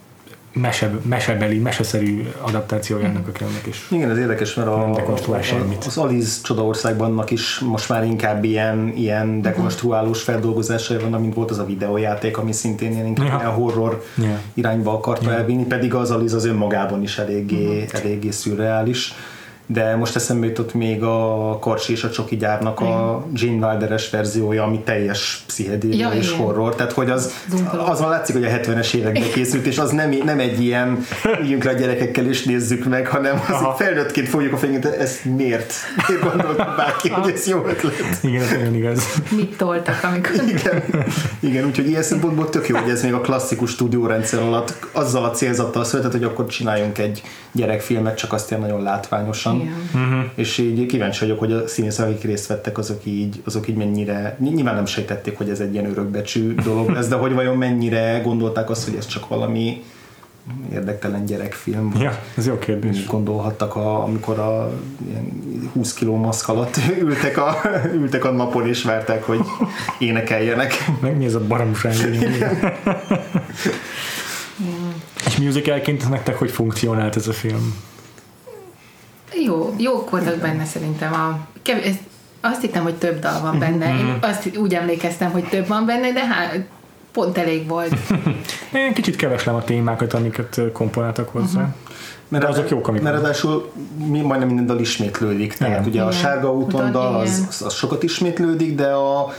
meseszerű adaptációja ennek a filmnek is. Igen, ez érdekes, mert az Alice Csodaországbannak is most már inkább ilyen dekonstruálós feldolgozásai van, mint volt az a videójáték, ami szintén ilyen horror irányba akarta elvinni, pedig az Alice az önmagában is eléggé szürreális. De most eszembe jutott még a Karcsi és a Csoki gyárnak a Gene Wilder-es verziója, ami teljes pszichedélia és horror. Tehát, hogy azon látszik, hogy a 70-es években készült, és az nem egy ilyen üljünk le a gyerekekkel és nézzük meg, hanem az felnőttként fogjuk a fejünket, ezt miért gondoltuk bárki, hogy ez jó ötlet. Igen, ez nagyon igaz. Mit toltak, amikor... Igen, úgyhogy ilyen szempontból tök jó, hogy ez még a klasszikus stúdiórendszer alatt azzal a célzattal született, hogy akkor csináljunk egy gyerekfilmet, csak azt ilyen nagyon látványosan. És így kíváncsi vagyok, hogy a színészek, akik részt vettek, azok így mennyire, nyilván nem sejtették, hogy ez egy ilyen örökbecsű dolog lesz, de hogy vajon mennyire gondolták azt, hogy ez csak valami érdektelen gyerekfilm. Ja, ez jó kérdés. Gondolhattak, amikor a ilyen 20 kiló maszk alatt ültek a napon és várták, hogy énekeljenek. Meg mi ez a baromság? És musicalként nektek hogy funkcionált ez a film? Jók voltak benne szerintem. Azt hittem, hogy több dal van benne. Én azt úgy emlékeztem, hogy több van benne, de pont elég volt. Én kicsit keveslem a témákat, amiket komponáltak hozzá. Mert azok jók, amikor... Mert ráadásul majdnem minden dal ismétlődik. Tehát ugye a Sárga úton dal az sokat ismétlődik, de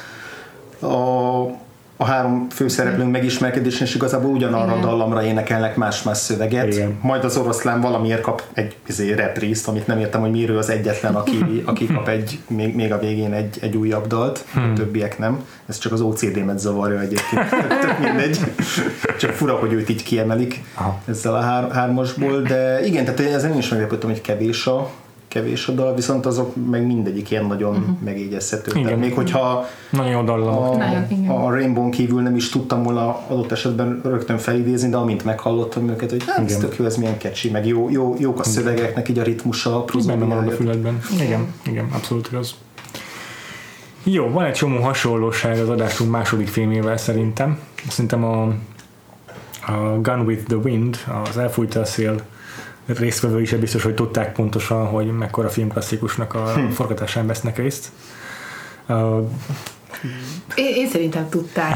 a három főszereplőnk megismerkedésen is igazából ugyanarra a dallamra énekelnek más-más szöveget. Igen. Majd az oroszlán valamiért kap egy reprízt, amit nem értem, hogy miről az egyetlen, aki kap még a végén egy újabb dalt, a többiek nem. Ez csak az OCD-met zavarja egyébként. Tök mindegy. Csak fura, hogy őt így kiemelik ezzel a hármasból, de igen, tehát ezen én is meglepődtem, hogy kevés a dal, viszont azok meg mindegyik ilyen nagyon megégyezhető. Tehát még hogyha a Rainbow-n kívül nem is tudtam volna adott esetben rögtön felidézni, de amint meghallottam őket, hogy ez tök jó, ez milyen catchy, meg jók a szövegeknek, így a ritmusa, benne marad a füledben. Igen, abszolút igaz. Jó, van egy csomó hasonlóság az adásunk második filmével szerintem. Szerintem a Gone with the Wind, az Elfújta a szél résztvevői is biztos, hogy tudták pontosan, hogy mekkora filmklasszikusnak a forgatásán vesznek részt. Én szerintem tudták.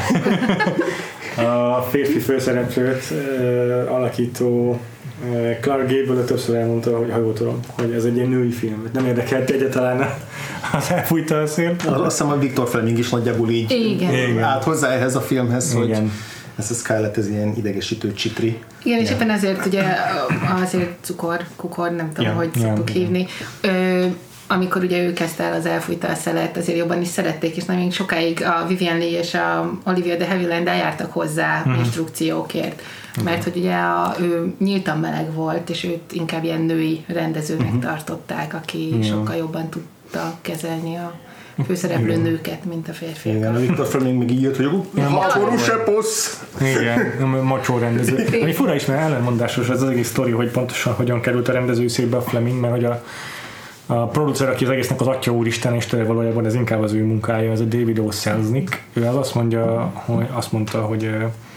A férfi főszereplőt alakító Clark Gable többször elmondta, hogy ha jól tudom, hogy ez egy ilyen női film, nem érdekelt egyáltalán az Elfújta a szél. Azt hiszem, a Viktor Fleming is nagyjából így Igen. állt hozzá ehhez a filmhez, Igen. hogy ez a Scarlett, ez ilyen idegesítő csitri. Igen, és éppen ezért ugye azért kukor, nem tudom, hogy szoktuk hívni. Amikor ugye ő kezdte el az Elfújta a szelet, azért jobban is szerették, és nagyon sokáig a Vivien Leigh és a Olivia de Havilland eljártak hozzá instrukciókért. Mert hogy ugye ő nyíltan meleg volt, és őt inkább ilyen női rendezőnek tartották, aki sokkal jobban tudta kezelni a főszereplő nőket, mint a férfiakat. Igen, a Viktor Fleming meg így jött, hogy macsó seposz! Igen, macsó rendező. Ami fura is, mert ellenmondásos ez az egész sztori, hogy pontosan hogyan került a rendezőszékbe a Fleming, mert hogy a producer, aki az egésznek az atya úristen, és tényleg valójában ez inkább az ő munkája, ez a David O. Selznick. Ő azt mondta, hogy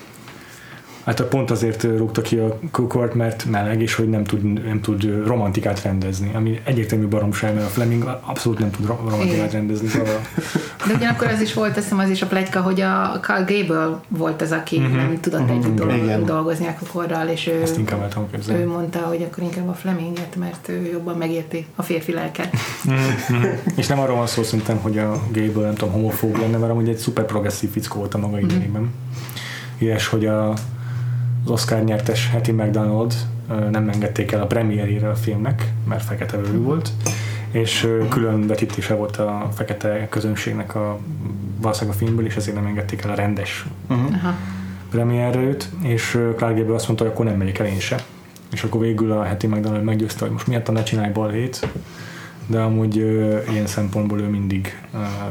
hát pont azért rúgta ki a Cookort, mert meleg, és hogy nem tud romantikát rendezni, ami egyértelmű baromság, mert a Fleming abszolút nem tud romantikát rendezni. Szóval. De ugyanakkor az is volt, azt hiszem, az is a pletyka, hogy a Carl Gable volt az, aki nem tudott együtt dolgozni a Cookorral, és ő mondta, hogy akkor inkább a Fleminget, mert ő jobban megérti a férfi lelket. És nem arról van szó szerintem, hogy a Gable nem tudom, homofób lenne, mert amúgy egy szuper progresszív fickó volt a maga idejében. Ilyes, hogy az Oscar nyertes Hattie McDonald nem engedték el a premierére a filmnek, mert fekete bőrű volt, és külön vetítése volt a fekete közönségnek valószínűleg a filmből, és ezért nem engedték el a rendes premierre őt, és Clark Gable azt mondta, hogy akkor nem megyek el én se. És akkor végül a Hattie McDonald meggyőzte, hogy most miatt ne csinálj balhét, de amúgy ilyen szempontból ő mindig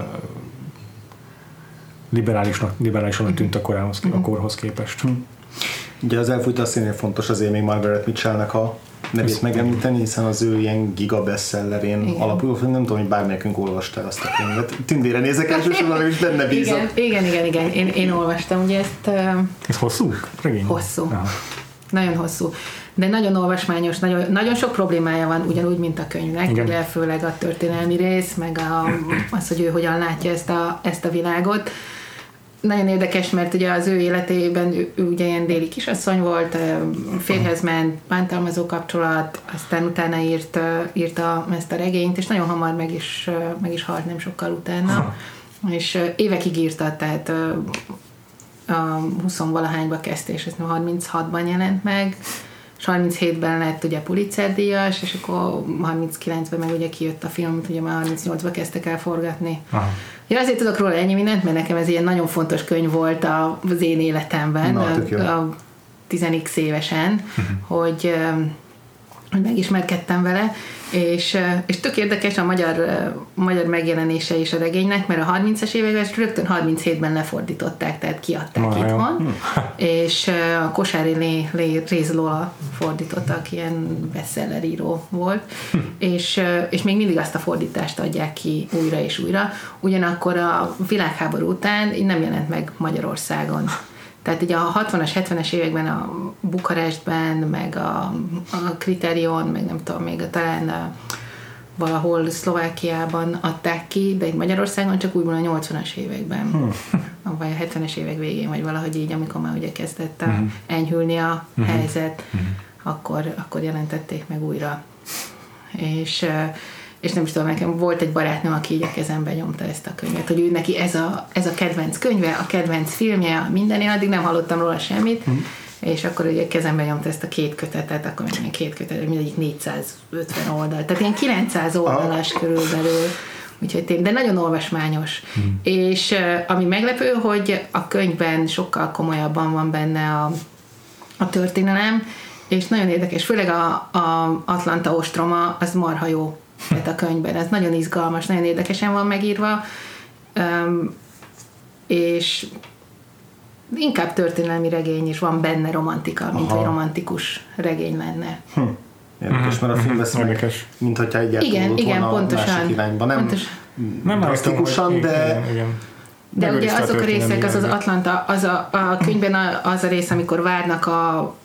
liberálisan tűnt a korhoz képest. Ugye az Elfújta a szélnél fontos azért még Margaret Mitchellnek a nevét megemlíteni, hiszen az ő ilyen giga bestsellerén alapul, nem tudom, hogy bármelyikünk olvasta azt a könyvet. Tündére nézek elsősorban, és benne bízom. Igen. Én olvastam, ugye ezt... Ez hosszú? Regény? Hosszú. Aha. Nagyon hosszú. De nagyon olvasmányos, nagyon sok problémája van, ugyanúgy, mint a könyvnek, ugye főleg a történelmi rész, meg az, hogy ő hogyan látja ezt a világot. Nagyon érdekes, mert ugye az ő életében ő ugye ilyen déli kisasszony volt, férjhez ment, bántalmazó kapcsolat, aztán utána írta ezt a regényt, és nagyon hamar meg is halt, nem sokkal utána. És évekig írta, tehát a 20-valahányba kezdte, és ezt 36-ban jelent meg, és 37-ben lett ugye Pulitzer-díjas, és akkor 39-ben meg ugye kijött a film, amit ugye már 38-ban kezdtek el forgatni. Ja, azért tudok róla ennyi mindent, mert nekem ez ilyen nagyon fontos könyv volt az én életemben, a 10x évesen, hogy megismerkedtem vele, és tök érdekes a magyar megjelenése is a regénynek, mert a 30-as években rögtön 37-ben lefordították, tehát kiadták itthon, és a Kosári Réz Lola fordította, aki ilyen bestseller író volt, és még mindig azt a fordítást adják ki újra és újra, ugyanakkor a világháború után nem jelent meg Magyarországon. Tehát ugye a 60-as, 70-es években a Bukarestben, meg a Kriterion, meg nem tudom, még talán valahol Szlovákiában adták ki, de itt Magyarországon csak újból a 80-as években, vagy a 70-es évek végén, vagy valahogy így, amikor már ugye kezdett enyhülni a helyzet, akkor jelentették meg újra. És nem is tudom, nekem volt egy barátnőm, aki így a kezembe nyomta ezt a könyvet, hogy ő neki ez a kedvenc könyve, a kedvenc filmje, minden, én addig nem hallottam róla semmit, és akkor ugye kezembe nyomta ezt a 2 kötetet, akkor még 2 kötetet, mindegyik 450 oldal, tehát ilyen 900 oldalas körülbelül, úgyhogy de nagyon olvasmányos. És ami meglepő, hogy a könyvben sokkal komolyabban van benne a történelem, és nagyon érdekes, főleg a Atlanta ostroma, az marha jó a könyvben, ez nagyon izgalmas, nagyon érdekesen van megírva, és inkább történelmi regény is van benne romantika, mint egy romantikus regény lenne. Érdekes, mert a film vesz meg, mint hogyha egyáltalán volna pontosan, másik irányba. Nem drasztikusan, de... De ugye azok a részek, az Atlanta, az a könyvben az a rész, amikor várnak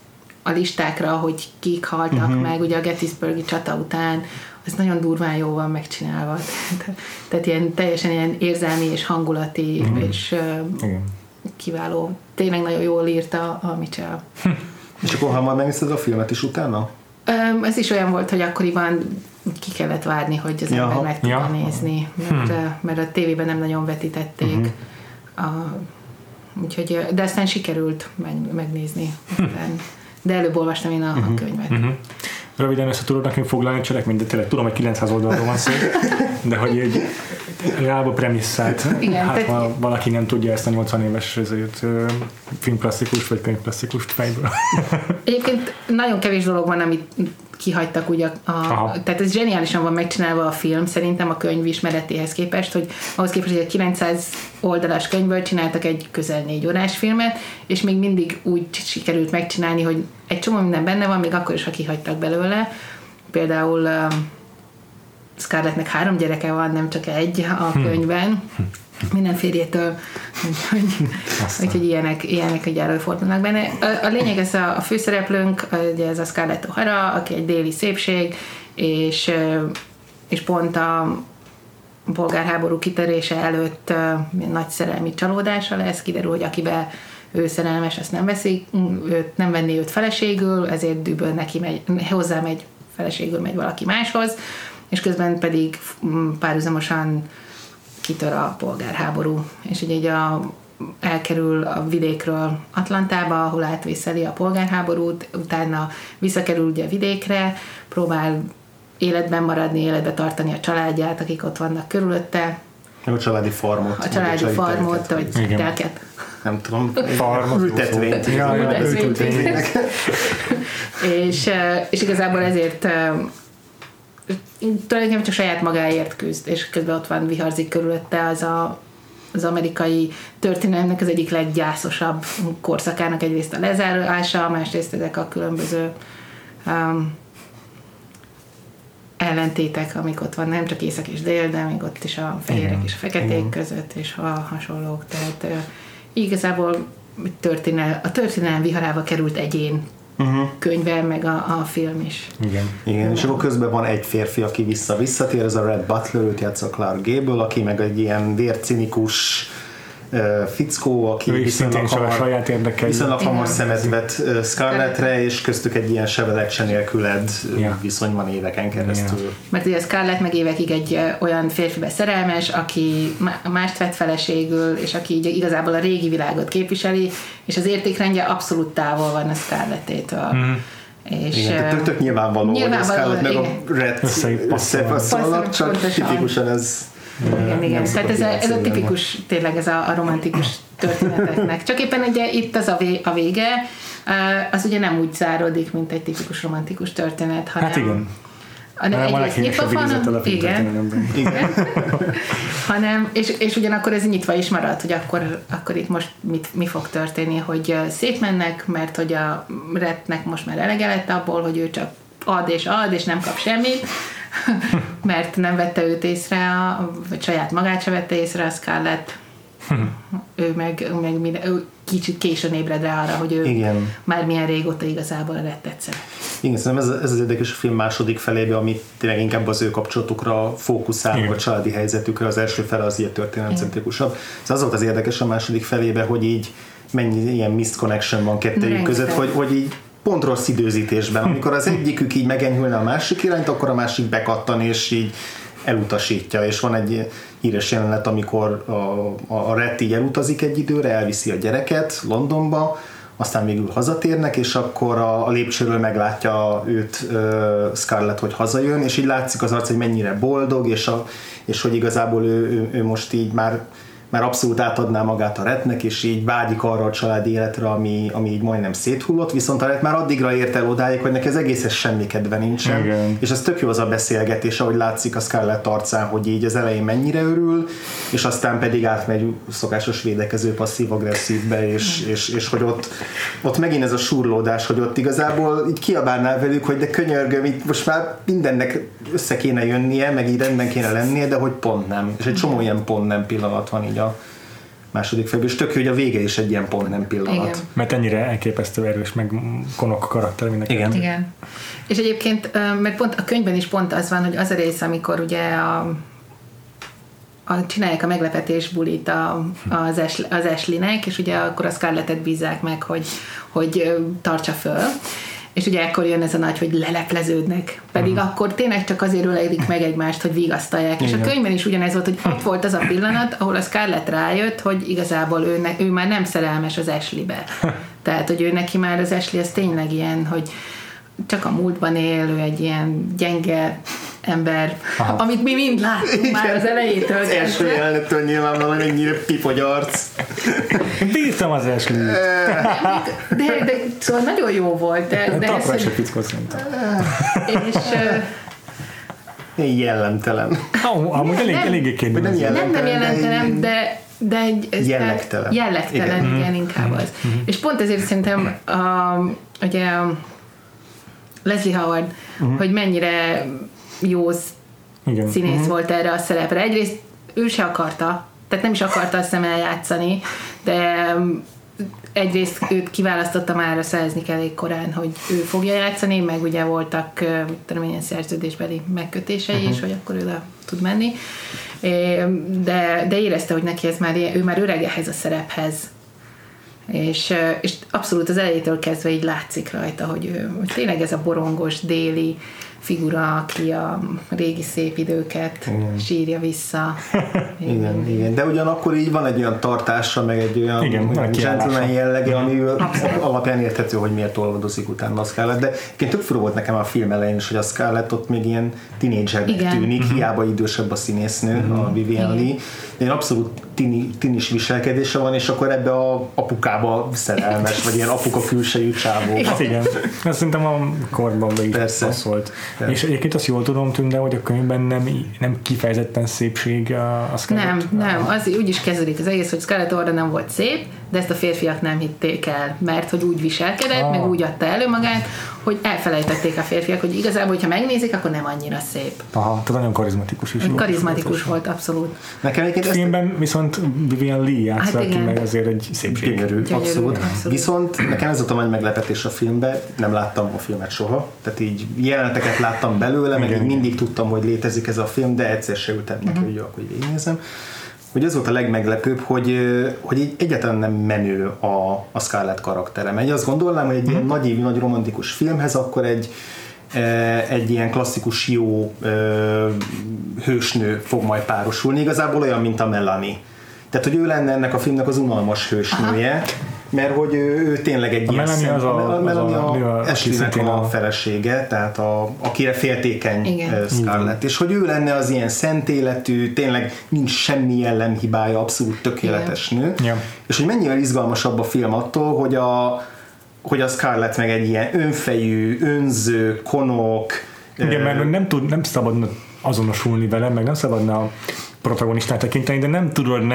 a listákra, hogy kik haltak meg, ugye a Gettysburgi csata után, ez nagyon durván jó van megcsinálva. Tehát ilyen, teljesen ilyen érzelmi és hangulati, és kiváló. Tényleg nagyon jól írta a Mitchell. És akkor hamar megnézted a filmet is utána? Ez is olyan volt, hogy akkoriban ki kellett várni, hogy az ember meg tudja nézni, mert a tévében nem nagyon vetítették. Úgyhogy, de aztán sikerült megnézni. De előbb olvastam én a könyvet. Röviden össze tudod nekünk foglalni a cselekményt, de tényleg tudom, hogy 900 oldalról van szó, de hogy egy reálba premisszát, ha valaki nem tudja ezt a 80 éves filmklasszikust vagy könyvklasszikust fejből. Egyébként nagyon kevés dolog van, amit kihagytak ugye tehát ez zseniálisan van megcsinálva a film, szerintem a könyv ismeretéhez képest, hogy ahhoz képest, hogy egy 900 oldalas könyvből csináltak egy közel 4 órás filmet, és még mindig úgy sikerült megcsinálni, hogy egy csomó minden benne van, még akkor is, ha kihagytak belőle. Például Scarlettnek 3 gyereke van, nem csak egy a könyvben, minden férjétől, úgyhogy ilyenek így előfordulnak benne. A lényeg, ez a főszereplőnk, ugye ez a Scarlett O'Hara, aki egy déli szépség, és pont a polgárháború kitörése előtt nagy szerelmi csalódása lesz, kiderül, hogy akiben ő szerelmes, azt nem venné őt feleségül, ezért düböl neki hozzámegy, feleségül megy valaki máshoz, és közben pedig párhuzamosan kitör a polgárháború, és ugye így elkerül a vidékről Atlantába, ahol átvészeli a polgárháborút, utána visszakerül ugye a vidékre, próbál életben maradni, életbe tartani a családját, akik ott vannak körülötte. A családi farmot. A családi farmot, vagy telket. Nem tudom. Farmot. Ültetvényt. És igazából ezért tulajdonképpen csak saját magáért küzd, és közben ott van, viharzik körülötte az amerikai történelemnek az egyik leggyászosabb korszakának, egyrészt a lezárása, másrészt ezek a különböző ellentétek, amik ott van, nem csak észak és dél, de még ott is a fehérek és a feketék között, és hasonlók. Tehát igazából a történelem viharába került egyén könyve, meg a film is. Igen, és akkor közben van egy férfi, aki visszatér, ez a Red Butler, őt játsza Clark Gable, aki meg egy ilyen vércinikus fickó, aki viszonylag hamar szemet vett Scarlettre, és köztük egy ilyen se nélküled viszony van éveken keresztül. Mert ugye Scarlett meg évekig egy olyan férfibe szerelmes, aki mást vett feleségül, és aki igazából a régi világot képviseli, és az értékrendje abszolút távol van a Scarlettétől. És igen, tök nyilvánvaló, hogy a Scarlett meg a Red összepasszolnak, csak tipikusan ez igen. Tehát ez a tipikus, tényleg ez a romantikus történeteknek. Csak éppen ugye itt az a vége, az ugye nem úgy záródik, mint egy tipikus romantikus történet, hanem... Hát igen. Egyrészt nyitva van, igen. hanem, és ugyanakkor ez nyitva is marad, hogy akkor itt most mi fog történni, hogy szétmennek, mert hogy a Rednek most már elege lett abból, hogy ő csak ad, és nem kap semmit, mert nem vette őt észre, vagy saját magát se vette észre a Scarlett. Ő meg kicsit későn ébred rá arra, hogy ő már milyen régóta igazából Red tetszett. Igen, szerintem ez az érdekes a film második felébe, ami tényleg inkább az ő kapcsolatukra fókuszál, a családi helyzetükre, az első fele az ilyen történelemcentrikusabb. Az volt az érdekes a második felébe, hogy így mennyi ilyen missed connection van kettőjük között, hogy így pont rossz időzítésben. Amikor az egyikük így megenyhülne a másik irányt, akkor a másik bekattan, és így elutasítja, és van egy híres jelenet, amikor a Red így elutazik egy időre, elviszi a gyereket Londonba, aztán végül hazatérnek, és akkor a lépcsőről meglátja őt Scarlett, hogy hazajön, és így látszik az arc, hogy mennyire boldog, és hogy igazából ő most így már abszolút átadná magát a Rednek, és így vágyik arra a családi életre, ami így majdnem széthullott, viszont a Red már addigra ért el odáig, hogy neki az egészes semmi kedve nincsen. Igen. És ez tök jó az a beszélgetés, ahogy látszik a Scarlett arcán, hogy így az elején mennyire örül, és aztán pedig átmegy szokásos védekező passzív-agresszívbe, és hogy ott megint ez a surlódás, hogy ott igazából így kiabálnál velük, hogy de könyörgöm, itt most már mindennek össze kéne jönnie, meg így rendben kéne lennie, de hogy pont nem. És egy csomó ilyen pont nem pillanat van így második felében, és tök jó, hogy a vége is egy ilyen pont nem pillanat. Igen. Mert ennyire elképesztő erős, meg konok karakter mindenki. Igen. És egyébként, mert pont a könyvben is pont az van, hogy az a rész, amikor ugye csinálják a meglepetés bulit az Ashleynek, és ugye akkor a Scarlettet bízzák meg, hogy tartsa föl, és ugye ekkor jön ez a nagy, hogy lelepleződnek. Pedig akkor tényleg csak azért ölelik meg egymást, hogy vigasztalják. Igen. És a könyvben is ugyanez volt, hogy ott volt az a pillanat, ahol a Scarlett rájött, hogy igazából ő már nem szerelmes az Ashleybe. Tehát, hogy ő neki már az Ashley az tényleg ilyen, hogy csak a múltban él, ő egy ilyen gyenge ember, amit mi mind láttunk már az elejétől. Az első jelenettől nyilvánvalóan ennyire pipogy arc. Bírtam az Ashley-t. De szóval nagyon jó volt. De Tapra se fickó szerintem. És jellemtelen. Amúgy eléggé kérdezik. Nem jellemtelen, de jellegtelen. Igen, inkább az. És pont ezért szerintem ugye Leslie Howard, hogy mennyire jó színész volt erre a szerepre. Egyrészt ő se akarta, tehát nem is akarta azt hiszem eljátszani, de egyrészt őt kiválasztotta már a Selznick elég korán, hogy ő fogja játszani, meg ugye voltak ilyen szerződésbeli megkötései is, hogy akkor ő le tud menni. De érezte, hogy neki ő már öreg ehhez a szerephez. És abszolút az elejétől kezdve így látszik rajta, hogy tényleg ez a borongos déli figura, aki a régi szép időket sírja vissza. Igen. De ugyanakkor így van egy olyan tartása, meg egy olyan gentleman jellege, ami alapján érthető, hogy miért olvadozik utána a Scarlett. De egyébként tök fura volt nekem a film elején is, hogy a Scarlett ott még ilyen tínédzsernek tűnik, hiába idősebb a színésznő, a Vivien Leigh. Ilyen abszolút tinis viselkedése van, és akkor ebbe a apukába szerelmes, vagy ilyen apuka külsejű csávó. Hát igen, azt szerintem a korban is az volt. És egyébként azt jól tudom tűnni, hogy a könyvben nem kifejezetten szépség a Scarlett. Nem, az úgy is kezdődik az egész, hogy Scarlett orra nem volt szép, de ezt a férfiak nem hitték el, mert hogy úgy viselkedett, meg úgy adta elő magát, hogy elfelejtették a férfiak, hogy igazából, hogyha megnézik, akkor nem annyira szép. Aha, tehát nagyon karizmatikus is. Karizmatikus volt, abszolút. Nekem egyébként filmben viszont Vivien Leigh játsza, aki meg azért egy szépség. Gyönyörű, abszolút. Viszont nekem ez volt a nagy meglepetés a filmben, nem láttam a filmet soha, tehát így jeleneteket láttam belőle, meg így mindig tudtam, hogy létezik ez a film, de egyszer se ültem neki, hogy akkor így végignézem. Hogy az volt a legmeglepőbb, hogy így egyáltalán nem menő a Scarlett karaktere. Mert azt gondolnám, hogy egy ilyen nagy romantikus filmhez akkor egy ilyen klasszikus jó hősnő fog majd párosulni, igazából olyan, mint a Melanie. Tehát, hogy ő lenne ennek a filmnek az unalmas hősnője, mert hogy ő tényleg egy ilyen Melanie a Ashleynek a felesége, tehát akire féltékeny Scarlett, és hogy ő lenne az ilyen szent életű, tényleg nincs semmi jellemhibája, abszolút tökéletes nő, és hogy mennyivel izgalmasabb a film attól, hogy a Scarlett meg egy ilyen önfejű, önző, konok. Igen, mert nem szabadna azonosulni vele, meg nem szabadna a protagonistát tekinteni, de nem tudod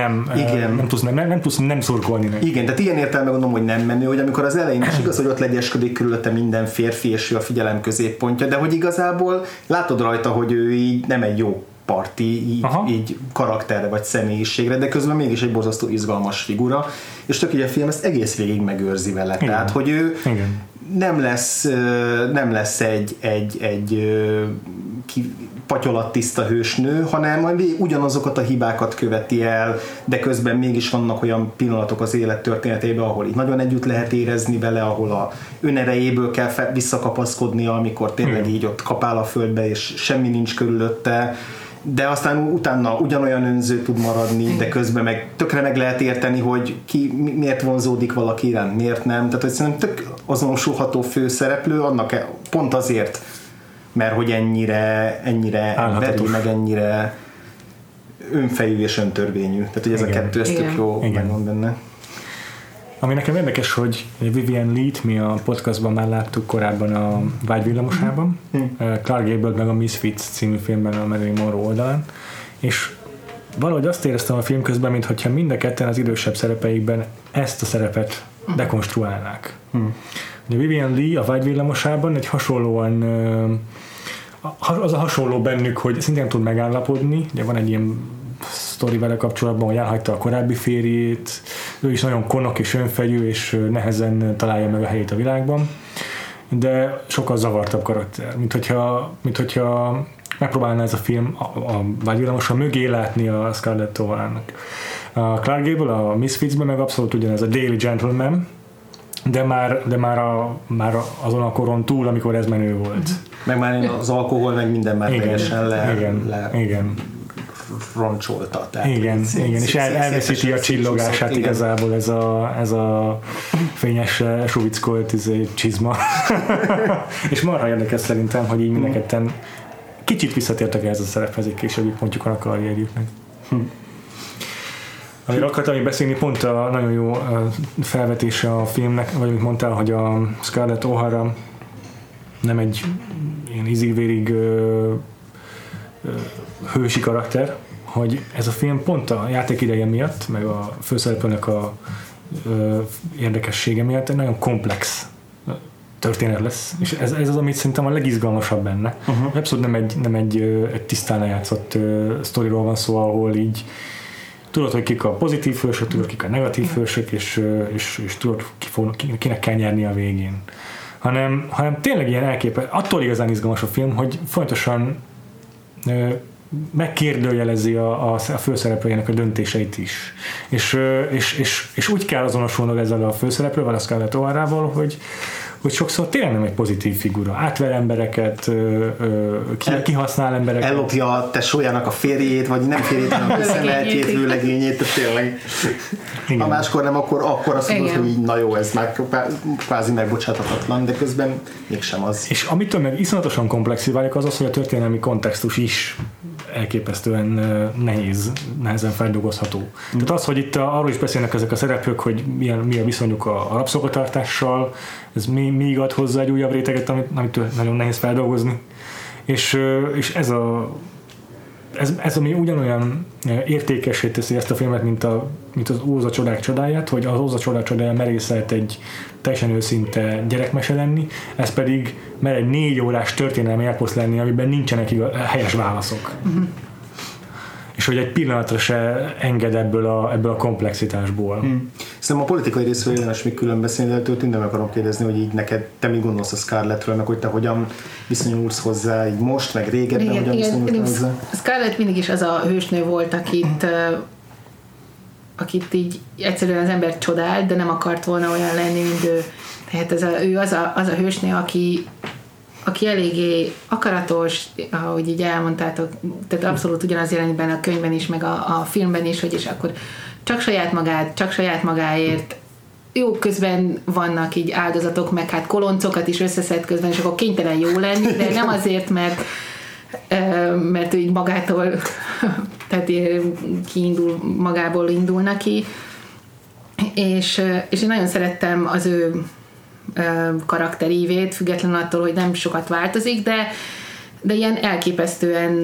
nem tudsz nem szurkolni neki. Igen, tehát ilyen értelemben gondolom, hogy nem menő, hogy amikor az elején is igaz, hogy ott legyeskodik körülötte minden férfi, és ő a figyelem középpontja, de hogy igazából látod rajta, hogy ő így nem egy jó parti, így karakterre vagy személyiségre, de közben mégis egy borzasztó izgalmas figura, és tök így a film ezt egész végig megőrzi vele. Igen. Tehát, hogy ő nem lesz egy patyolattiszta hősnő, hanem majd ugyanazokat a hibákat követi el, de közben mégis vannak olyan pillanatok az élet történetében, ahol így nagyon együtt lehet érezni vele, ahol a önerejéből kell visszakapaszkodnia, amikor tényleg így ott kapál a földbe, és semmi nincs körülötte, de aztán utána ugyanolyan önző tud maradni, de közben meg tökre meg lehet érteni, hogy ki miért vonzódik valaki iránt, miért nem. Tehát, hogy szerintem tök azonosulható főszereplő, annak pont azért, mert hogy ennyire emberi, meg ennyire önfejű és öntörvényű. Tehát, hogy ez a kettő, ez tök jó megvan benne. Ami nekem érdekes, hogy Vivien Leigh-t mi a podcastban már láttuk korábban a Vágyvillamosában, Clark Gable meg a Misfits című filmben a Marilyn Monroe oldalán, és valahogy azt éreztem a film közben, mintha mind a ketten az idősebb szerepeikben ezt a szerepet dekonstruálnák. Ugye Vivien Leigh a Vágyvillamosában egy hasonlóan az a hasonló bennük, hogy szintén tud megállapodni, ugye van egy ilyen sztori vele kapcsolatban, hogy elhagyta a korábbi férjét, ő is nagyon konok és önfegyű, és nehezen találja meg a helyét a világban, de sokkal zavartabb karakter, mint hogyha megpróbálná ez a film a vágyvillamosan mögé látni a Scarlett O'Hara-nak. A Clark Gable a Misfitsben meg abszolút ugyanez a Daily Gentleman, de már azon a koron túl, amikor ez menő volt. Meg már az alkohol, meg minden már teljesen igen. roncsolta. Igen, és elveszíti a csillogását igazából ez a fényes suvickolt csizma. És marha érdekes szerintem, hogy így mindenketten kicsit visszatértek ehhez a szerephez egy későbbi pontjukon a karrierjüknek. Amiről akartam még beszélni, pont a nagyon jó felvetése a filmnek, vagy amit mondtál, hogy a Scarlett O'Hara nem egy ilyen ízig-vérig hősi karakter, hogy ez a film pont a játék ideje miatt, meg a főszereplőnek a érdekessége miatt egy nagyon komplex történet lesz, és ez az, amit szerintem a legizgalmasabb benne. Abszolút nem egy tisztán lejátszott sztoriról van szó, ahol így tudod, hogy kik a pozitív hősök, tudod, kik a negatív hősök, és tudod, kinek kell nyerni a végén. Hanem tényleg ilyen elképesztő. Attól igazán izgalmas a film, hogy fontosan megkérdőjelezi a főszereplőjének a döntéseit is. És úgy kell azonosulnod ezzel a főszereplővel, a Scarlett O'Harával, hogy sokszor tényleg nem egy pozitív figura. Átver embereket, kihasznál embereket. Ellopja a tesójának a férjét, vagy nem férjét, hanem a szemeltjét, vőlegényét, tényleg. Igen. Ha máskor nem, akkor azt mondod, hogy így, na jó, ez már kvázi megbocsáthatatlan, de közben mégsem az. És amitől meg iszonyatosan komplexé válik az, hogy a történelmi kontextus is elképesztően nehezen feldolgozható. Tehát az, hogy itt arról is beszélnek ezek a szereplők, hogy mi a viszonyuk a rabszolgatartással, ez még ad hozzá egy újabb réteget, amit nagyon nehéz feldolgozni. És ez ami ugyanolyan értékessé teszi ezt a filmet, mint az Óz a csodák csodáját, hogy az Óz a csodák csodája merészelt egy teljesen őszinte gyerekmese lenni, ez pedig mer egy 4 órás történelmi eposz lenni, amiben nincsenek helyes válaszok. És hogy egy pillanatra se enged ebből a komplexitásból. Szerintem a politikai részről érdemes még külön beszélni, de tőled nem akarom kérdezni, hogy így neked, te mit gondolsz a Scarlettről, meg hogy te hogyan viszonyulsz hozzá, így most, meg régebben hogyan viszonyulsz hozzá? Scarlett mindig is az a hősnő volt, akit így egyszerűen az ember csodált, de nem akart volna olyan lenni, mint ő. Tehát ő az a hősnő, aki eléggé akaratos, ahogy így elmondtátok, tehát abszolút ugyanaz jelenik benne a könyvben is, meg a filmben is, hogy és akkor csak saját magáért, jó, közben vannak így áldozatok, meg hát koloncokat is összeszed közben, és akkor kénytelen jó lenni, de nem azért, mert ő így magától, tehát magából indulna ki, és én nagyon szerettem az ő karakterívét, függetlenül attól, hogy nem sokat változik, de ilyen elképesztően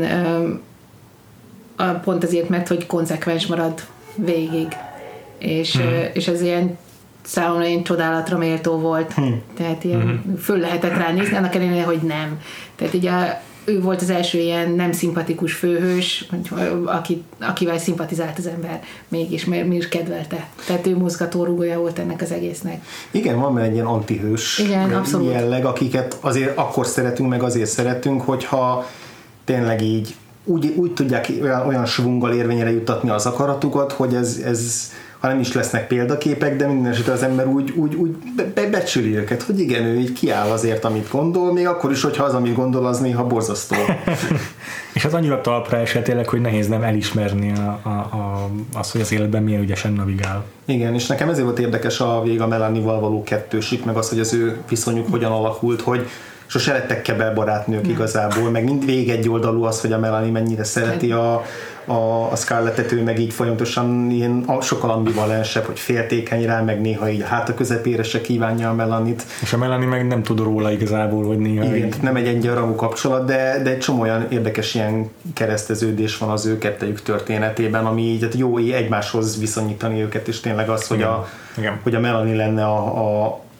pont azért, mert hogy konzekvens marad végig. És ez ilyen számomra ilyen csodálatra méltó volt. Tehát ilyen föl lehetett rá nézni, annak ellenére, hogy nem. Tehát így ő volt az első ilyen nem szimpatikus főhős, akivel szimpatizált az ember mégis, mert mi is kedvelte. Tehát ő mozgatórugója volt ennek az egésznek. Igen, van egy ilyen antihős jelleg, akiket azért akkor szeretünk, meg azért szeretünk, hogyha tényleg így úgy tudják olyan svunggal érvényre juttatni az akaratukat, hogy ez ha nem is lesznek példaképek, de minden esetre az ember úgy becsüli őket, hogy igen, ő így kiáll azért, amit gondol, még akkor is, hogyha az, amit gondol, az néha borzasztó. És az annyira talpra esett tényleg, hogy nehéz nem elismerni azt, hogy az életben milyen ügyesen navigál. Igen, és nekem ezért volt érdekes a Melanie-val való kettőség, meg az, hogy az ő viszonyuk hogyan alakult, hogy sose lettek kebelbarátnők igazából, meg mindvégig egyoldalú az, hogy a Melanie mennyire szereti a Scarlettet, ő meg így folyamatosan ilyen sokkal ambivalensebb, hogy féltékeny rá, meg néha így a közepére se kívánja a Melanie-t. És a Melanie meg nem tud róla igazából, hogy néha... Igen, nem egy egyenrangú kapcsolat, de egy csomó olyan érdekes ilyen kereszteződés van az ő kettejük történetében, ami így jó egymáshoz viszonyítani őket, és tényleg az, hogy a Melanie lenne a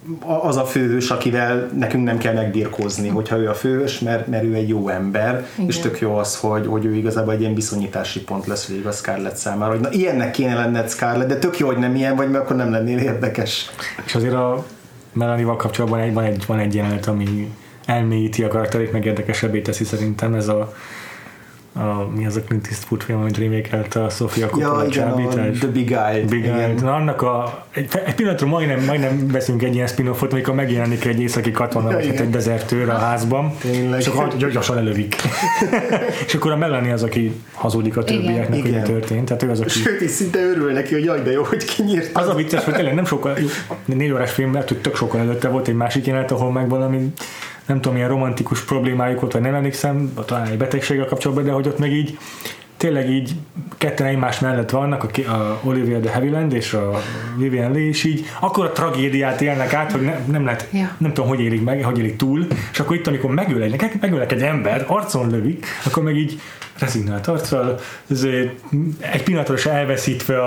az a főhős, akivel nekünk nem kell megbirkózni, hogyha ő a főhős, mert ő egy jó ember, igen. És tök jó az, hogy ő igazából egy ilyen viszonyítási pont lesz végig a Scarlett számára, hogy na ilyennek kéne lenned Scarlett, de tök jó, hogy nem ilyen vagy, mert akkor nem lennél érdekes. És azért a Melanie-val kapcsolatban van egy jelenet, ami elmélyíti a karakterét, meg érdekesebbé teszi szerintem, ez mi az a Clint Eastwood film, amit remake-elte a Sofia Coppola csábítás? The Big Eye. Na, annak egy pillanatra majdnem veszünk egy ilyen spin-offot, amikor megjelenik egy északi katona, vagy egy dezertőr a házban, tényleg. És akkor gyorsan lelövik. És akkor a Melanie az, aki hazudik a többieknek, hogy mi történt. Tehát ő az, aki... Sőt, és szinte örül neki, hogy jaj, de jó, hogy kinyírta. Az a vicces, hogy tényleg nem sokkal, 4 órás film, mert hogy tök sokkal előtte volt egy másik jelenet, ahol meg valami nem tudom, milyen romantikus problémájuk volt, vagy nem emlékszem, talán egy betegséggel kapcsolatban, de hogy ott meg így tényleg így ketten egymás mellett vannak, a Olivia de Havilland és a Vivien Leigh is így, akkor a tragédiát élnek át, hogy nem lehet, nem tudom, hogy élik meg, hogy élik túl, és akkor itt, amikor megölnek egy ember, arcon lövik, akkor meg így rezignált arccal, egy pillanatra se elveszítve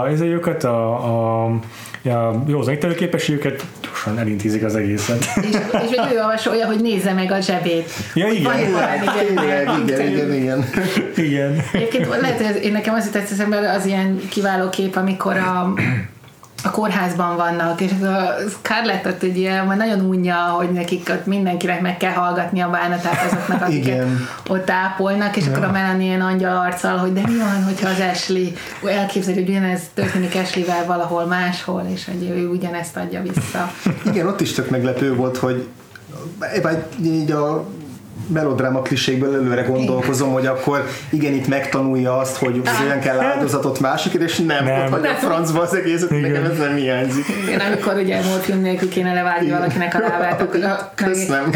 a józan ítélőképességüket, gyorsan elintézik az egészet. És hogy ő javasolja, hogy nézze meg a zsebét. Ja, igen. Igen. Egyébként lehet, hogy nekem az jutott eszembe az ilyen kiváló kép, amikor a kórházban vannak, és a Scarlett ott ugye nagyon unja, hogy nekik ott mindenkinek meg kell hallgatni a bánatát azoknak, akiket ott ápolnak, és akkor a Melanie ilyen angyal arccal, hogy de mi van, hogyha az Ashley elképzeli, hogy ugyanez történik Ashley-vel valahol máshol, és hogy ő ugyanezt adja vissza. Igen, ott is tök meglepő volt, hogy így a melodráma klisékből előre gondolkozom, hogy akkor igen, itt megtanulja azt, hogy olyan kell áldozatot másikért, és nem hogy a francba az egészet, nekem ez nem hiányzik. Igen, amikor ugye morfium nélkül kéne levágni valakinek a lábát, akkor köszönöm.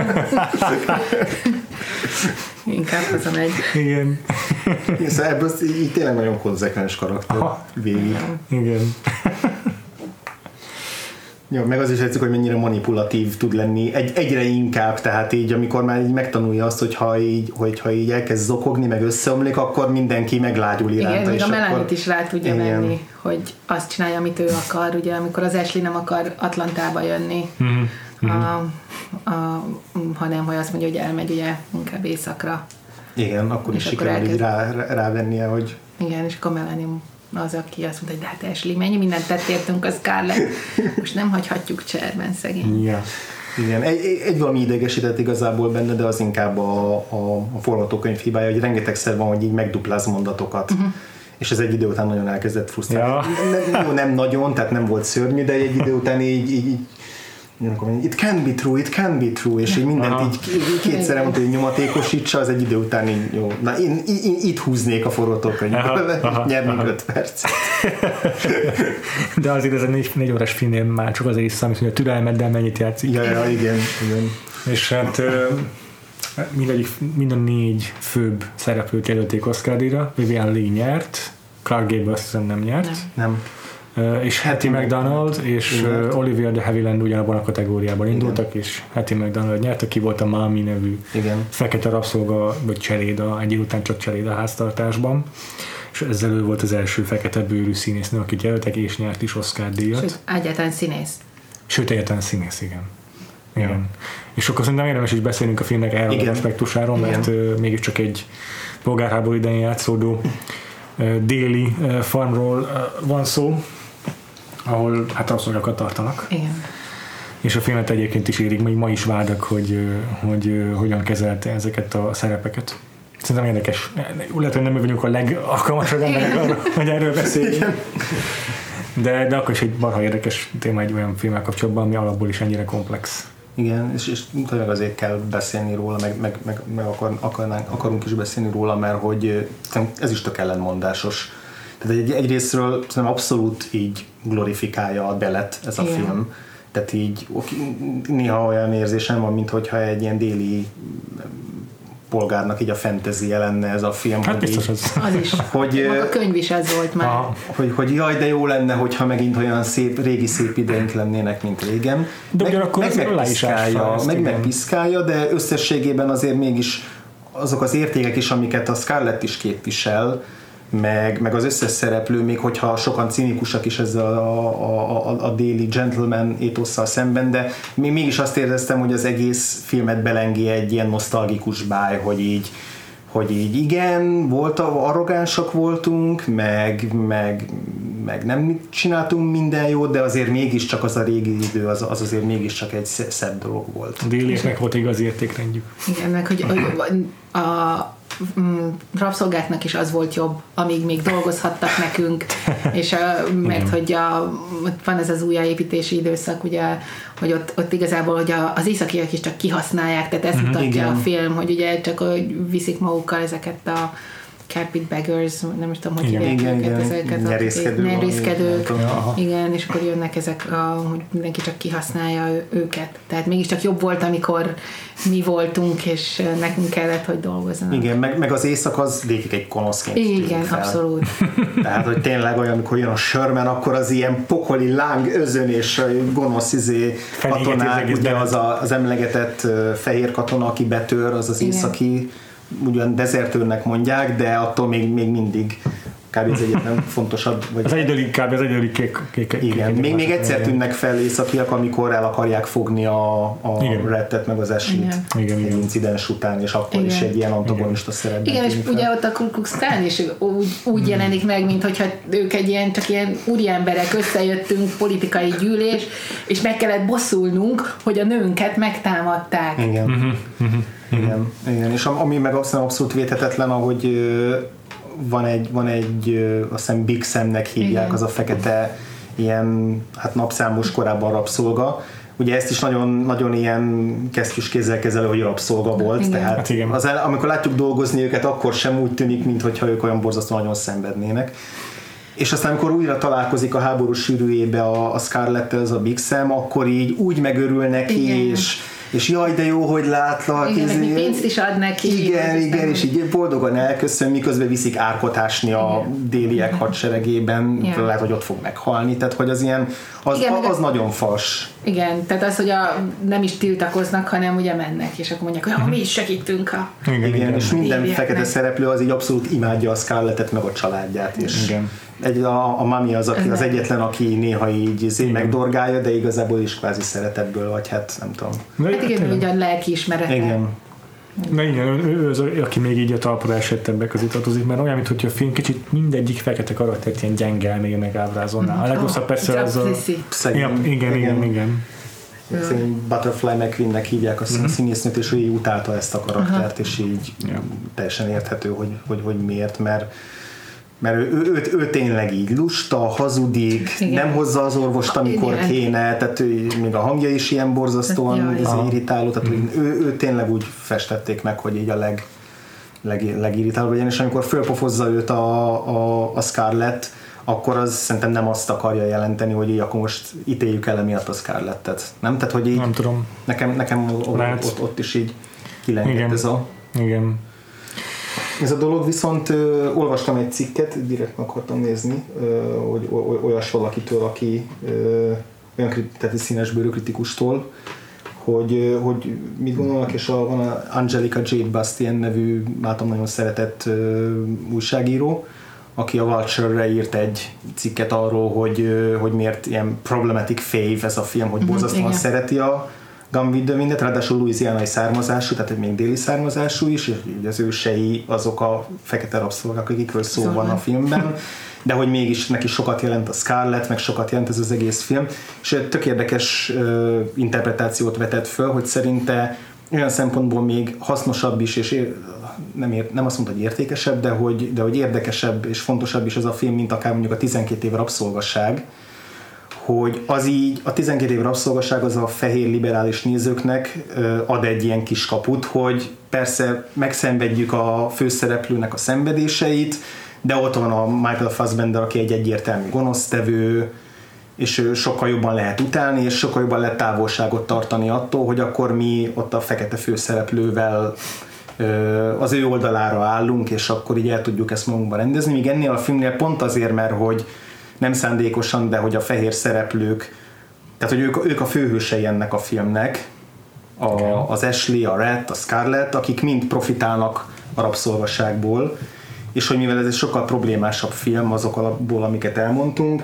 Inkább hazamegy. Igen. Szóval ebből így tényleg nagyon konzekvens karakter végig. Igen. Jó, meg az is látszik, hogy mennyire manipulatív tud lenni, egyre inkább, tehát így, amikor már így megtanulja azt, hogyha így elkezd zokogni, meg összeomlik, akkor mindenki meglágyul iránta. Igen, még a Melanie-t is rá tudja venni, hogy azt csinálja, amit ő akar, ugye, amikor az Ashley nem akar Atlantába jönni, hanem, hogy azt mondja, hogy elmegy ugye inkább északra. Igen, akkor is sikerül így rávennie, hogy... Igen, és akkor Melanie az, aki azt mondta, hogy de hát Ashley, mennyi mindent tett értünk a Scarlett, most nem hagyhatjuk cserben szegény. Ja. Igen, egy valami idegesített igazából benne, de az inkább a forgatókönyv hibája, hogy rengetegszer van, hogy így megdupláz mondatokat. És ez egy idő után nagyon elkezdett frusztrálni. Ja. Nem nagyon, tehát nem volt szörnyű, de egy idő után így it can be true, és így mindent így kétszer mondta, hogy nyomatékosítsa, az egy idő után így jó. Na, én itt húznék a forgatókönyvből, nyernénk 5 percet. De azért ez egy 4 órás filmnél már csak az észre, amit a türelmeddel mennyit játszik. Ja, igen. És hát mind a 4 főbb szereplőt jelölték Oscar-díjra. Vivien Leigh nyert, Clark Gable azt hiszem nem nyert. Nem. És Hattie McDonald és Olivia de Havilland ugyanabban a kategóriában indultak, és Hattie McDonald nyert, aki volt a Mami nevű fekete rabszolga, vagy cseréda, egy idő után csak cseréda háztartásban, és ezzel ő volt az első fekete bőrű színésznő, akit jelöltek, és nyert is Oscar-díjat. Sőt, egyáltalán színész. Igen. Ja. És akkor szerintem érdemes is beszélnünk a filmnek erről az aspektusáról, mert mégiscsak egy polgárháború idején játszódó déli farmról van szó, ahol hát rabszolgákat tartanak. Igen. És a filmet egyébként is érik, még ma is vádak, hogy hogyan kezelte ezeket a szerepeket. Szerintem érdekes. Lehet, hogy nem mi vagyunk a legalkalmasabb emberek arra, hogy erről beszéljünk. De akkor is egy marha érdekes téma egy olyan filmmel kapcsolatban, ami alapból is ennyire komplex. Igen, és tényleg azért kell beszélni róla, meg akarunk is beszélni róla, mert hogy ez is tök ellenmondásos. Tehát egyrésztről szerintem abszolút így glorifikálja a belet ez a film. Tehát így néha olyan érzésem van, mintha egy ilyen déli polgárnak így a fantasy-je lenne ez a film. Hát biztos az is. Hogy, maga a könyv is ez volt már. Hogy jaj, de jó lenne, hogyha megint olyan régi szép idejünk lennének, mint régen. De akkor megpiszkálja, de összességében azért mégis azok az értékek is, amiket a Scarlett is képvisel, meg az összes szereplő, még hogyha sokan cinikusak is ezzel a déli gentleman étosszal szemben, de mégis azt éreztem, hogy az egész filmet belengi egy ilyen nosztalgikus báj, hogy így igen, arrogánsak voltunk, meg nem csináltunk minden jót, de azért mégiscsak az a régi idő, az azért mégiscsak egy szebb dolog volt. A délieknek volt igaz értékrendjük. Igen, meg hogy a rabszolgáknak is az volt jobb, amíg még dolgozhattak nekünk, és mert hogy van ez az újjáépítési időszak, ugye, hogy ott igazából hogy az északiak is csak kihasználják, tehát ezt mutatja igen. A film, hogy ugye csak viszik magukkal ezeket a carpetbaggers, nem is tudom, hogy hívják őket, ezeket nyerészkedő, igen, és akkor jönnek ezek, hogy mindenki csak kihasználja őket. Tehát mégiscsak jobb volt, amikor mi voltunk, és nekünk kellett, hogy dolgozzanak. Igen, meg az éjszak az végig egy gonoszként. Igen, abszolút. Tehát, hogy tényleg olyan, amikor jön a Sherman, akkor az ilyen pokoli láng, özön és gonosz katonák, ugye az emlegetett fehér katona, aki betör, az északi, ugyan dezertőrnek mondják, de attól még mindig kb. Az egyetlen fontosabb. Vagy az egyedüli kék. Igen, még egyszer tűnnek fel északiak, amikor el akarják fogni a Rettet meg az Ashley-t egy incidens után, és akkor is egy ilyen antagonista szerepben. Igen, és ugye ott a Ku Klux Klan is úgy jelenik meg, mint hogyha ők csak ilyen úriemberek összejöttünk, politikai gyűlés, és meg kellett bosszulnunk, hogy a nőnket megtámadták. Igen. Igen, és ami meg aztán abszolút védhetetlen, ahogy van egy azt hiszem Big Samnek hívják, igen. Az a fekete ilyen napszámos korábban rabszolga. Ugye ezt is nagyon, nagyon ilyen kesztyűs kézzel kezelő, hogy rabszolga volt, igen. Tehát amikor látjuk dolgozni őket, akkor sem úgy tűnik, mintha ők olyan borzasztó nagyon szenvednének. És aztán amikor újra találkozik a háború sűrűjébe a Scarlett-tel, az a Big Sam, akkor így úgy megörül neki, és jaj, de jó, hogy látlak. Igen, meg pénzt is ad neki. Igen, és így boldogan elköszön, miközben viszik árkotásni a déliek hadseregében, lehet, hogy ott fog meghalni, tehát hogy az ilyen, az nagyon fals. Igen, tehát az, hogy nem is tiltakoznak, hanem ugye mennek, és akkor mondják, hogy mi is segítünk Igen, és minden fekete szereplő az így abszolút imádja a Scarlettet, meg a családját, és a mami az egyetlen, aki néha így megdorgálja, de igazából is kvázi szeretetből, vagy hát nem tudom. Hát igen, ugyan lelkiismerete. Igen. Na igen, ő az, aki még így a talpra esettebbek közé tartozik, mert olyan, mintha a film kicsit mindegyik fekete karaktert ilyen gyenge elmének ábrázolná. A legrosszabb persze az a... Igen. Butterfly McQueen-nek hívják a színésznőt, és ő így utálta ezt a karaktert, és így teljesen érthető, hogy miért, mert ő tényleg így lusta, hazudik, nem hozza az orvost, amikor kéne, tehát még a hangja is ilyen borzasztóan irritáló, tehát ő tényleg úgy festették meg, hogy így a legirritálóbb legyen, és amikor fölpofozza őt a Scarlett, akkor az szerintem nem azt akarja jelenteni, hogy így akkor most ítéljük el emiatt a Scarlettet. Nem? Tehát, hogy így nem tudom. Nekem ott is így kilengett ez a... Igen. Ez a dolog, viszont olvastam egy cikket, direkt meg akartam nézni, hogy olyas valakitől, aki olyan tehát színesbőrű kritikustól, hogy mit gondolnak, és van a Angelica Jade Bastien nevű, általam nagyon szeretett újságíró, aki a Vulture-re írt egy cikket arról, hogy miért ilyen problematic fave ez a film, hogy borzasztóan szereti a Gone with the Wind-et, ráadásul louisianai származású, tehát még déli származású is, és az ősei azok a fekete rabszolgák, akikről szó van a filmben, de hogy mégis neki sokat jelent a Scarlett, meg sokat jelent ez az egész film, és tök érdekes interpretációt vetett föl, hogy szerinte olyan szempontból még hasznosabb is, és nem azt mondta, hogy értékesebb, de hogy érdekesebb és fontosabb is ez a film, mint akár mondjuk a 12 év rabszolgasság, hogy az így, a 12 év rabszolgasság az a fehér liberális nézőknek ad egy ilyen kis kaput, hogy persze megszenvedjük a főszereplőnek a szenvedéseit, de ott van a Michael Fassbender, aki egy egyértelmű gonosztevő, és sokkal jobban lehet utálni, és sokkal jobban lehet távolságot tartani attól, hogy akkor mi ott a fekete főszereplővel az ő oldalára állunk, és akkor így el tudjuk ezt magunkban rendezni, míg ennél a filmnél pont azért, mert hogy nem szándékosan, de hogy a fehér szereplők, tehát hogy ők a főhősei ennek a filmnek, az Ashley, a Red, a Scarlett, akik mind profitálnak a rabszolgaságból, és hogy mivel ez egy sokkal problémásabb film azokból, amiket elmondtunk,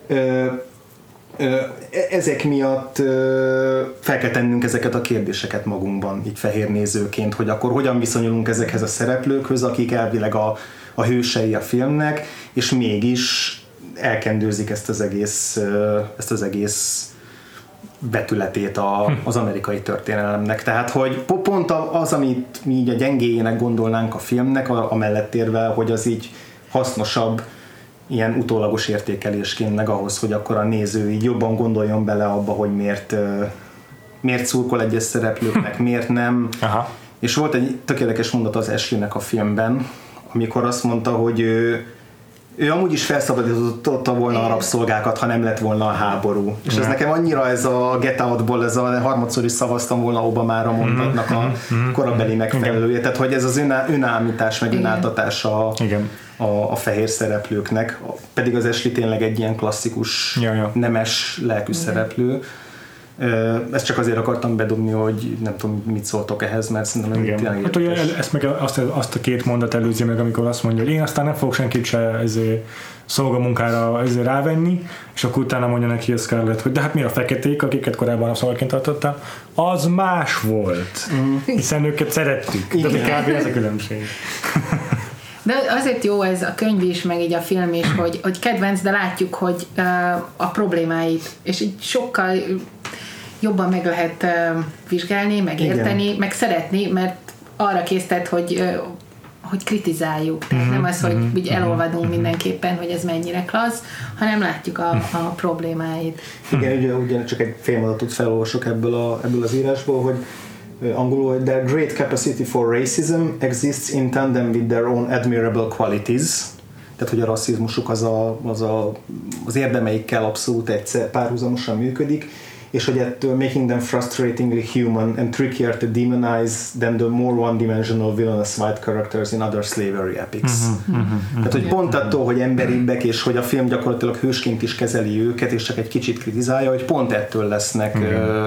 ezek miatt fel kell tennünk ezeket a kérdéseket magunkban, így fehér nézőként, hogy akkor hogyan viszonyulunk ezekhez a szereplőkhöz, akik elvileg a hősei a filmnek, és mégis elkendőzik ezt az egész betületét az amerikai történelemnek. Tehát, hogy pont az, amit mi így a gyengéjének gondolnánk a filmnek, amellett érve, hogy az így hasznosabb ilyen utólagos értékelésként meg ahhoz, hogy akkor a néző így jobban gondoljon bele abba, hogy miért szurkol egyes szereplőknek, miért nem. Aha. És volt egy tökéletes mondat az Ashley-nek a filmben, amikor azt mondta, hogy ő amúgy is felszabadította volna a rabszolgákat, ha nem lett volna a háború. És ez nekem annyira ez a Get Out-ból, ez a harmadszor is szavaztam volna Obamára mondatnak a korabeli megfelelője. Tehát, hogy ez az önállítás, meg önáltatás a fehér szereplőknek. Pedig az Ashley tényleg egy ilyen klasszikus, nemes lelkű szereplő. Ezt csak azért akartam bedobni, hogy nem tudom, mit szóltok ehhez, mert szerintem tényleg hát ugye ezt meg azt a két mondat előzi meg, amikor azt mondja, hogy én aztán nem fogok senkit se szolgamunkára rávenni, és akkor utána mondja neki a Scarlett, hogy de hát mi a feketék, akiket korábban a szolgaként tartottál, az más volt, hiszen őket szerettük. De kb. Ez a különbség. De azért jó ez a könyv is, meg így a film is, hogy kedvenc, de látjuk, hogy a problémáit, és így sokkal jobban meg lehet vizsgálni, meg érteni, meg szeretni, mert arra késztet, hogy kritizáljuk. Tehát nem az, hogy így elolvadunk mindenképpen, hogy ez mennyire klassz, hanem látjuk a problémáit. Igen, ugye csak egy félmondatot felolvasok ebből az írásból, hogy angolul, hogy their great capacity for racism exists in tandem with their own admirable qualities. Tehát, hogy a rasszizmusuk az érdemeikkel abszolút párhuzamosan működik, és hogy ettől making them frustratingly human and trickier to demonize than the more one-dimensional villainous white characters in other slavery epics. Tehát, hogy pont attól, hogy emberibbek, és hogy a film gyakorlatilag hősként is kezeli őket, és csak egy kicsit kritizálja, hogy pont ettől lesznek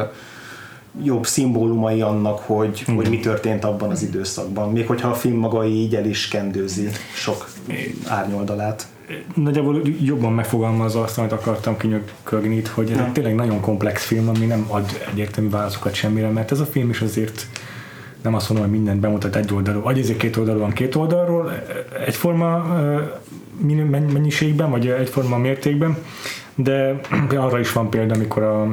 jobb szimbólumai annak, hogy mi történt abban az időszakban. Még hogyha a film maga így el is kendőzi sok árnyoldalát. Nagyjából jobban megfogalmazza azt, amit akartam kinyökögni itt, hogy ez tényleg nagyon komplex film, ami nem ad egyértelmű válaszokat semmire, mert ez a film is azért nem azt mondom, hogy mindent bemutat egy oldalról, vagy ezért két oldalról, egyforma mennyiségben, vagy egyforma mértékben, de arra is van példa, amikor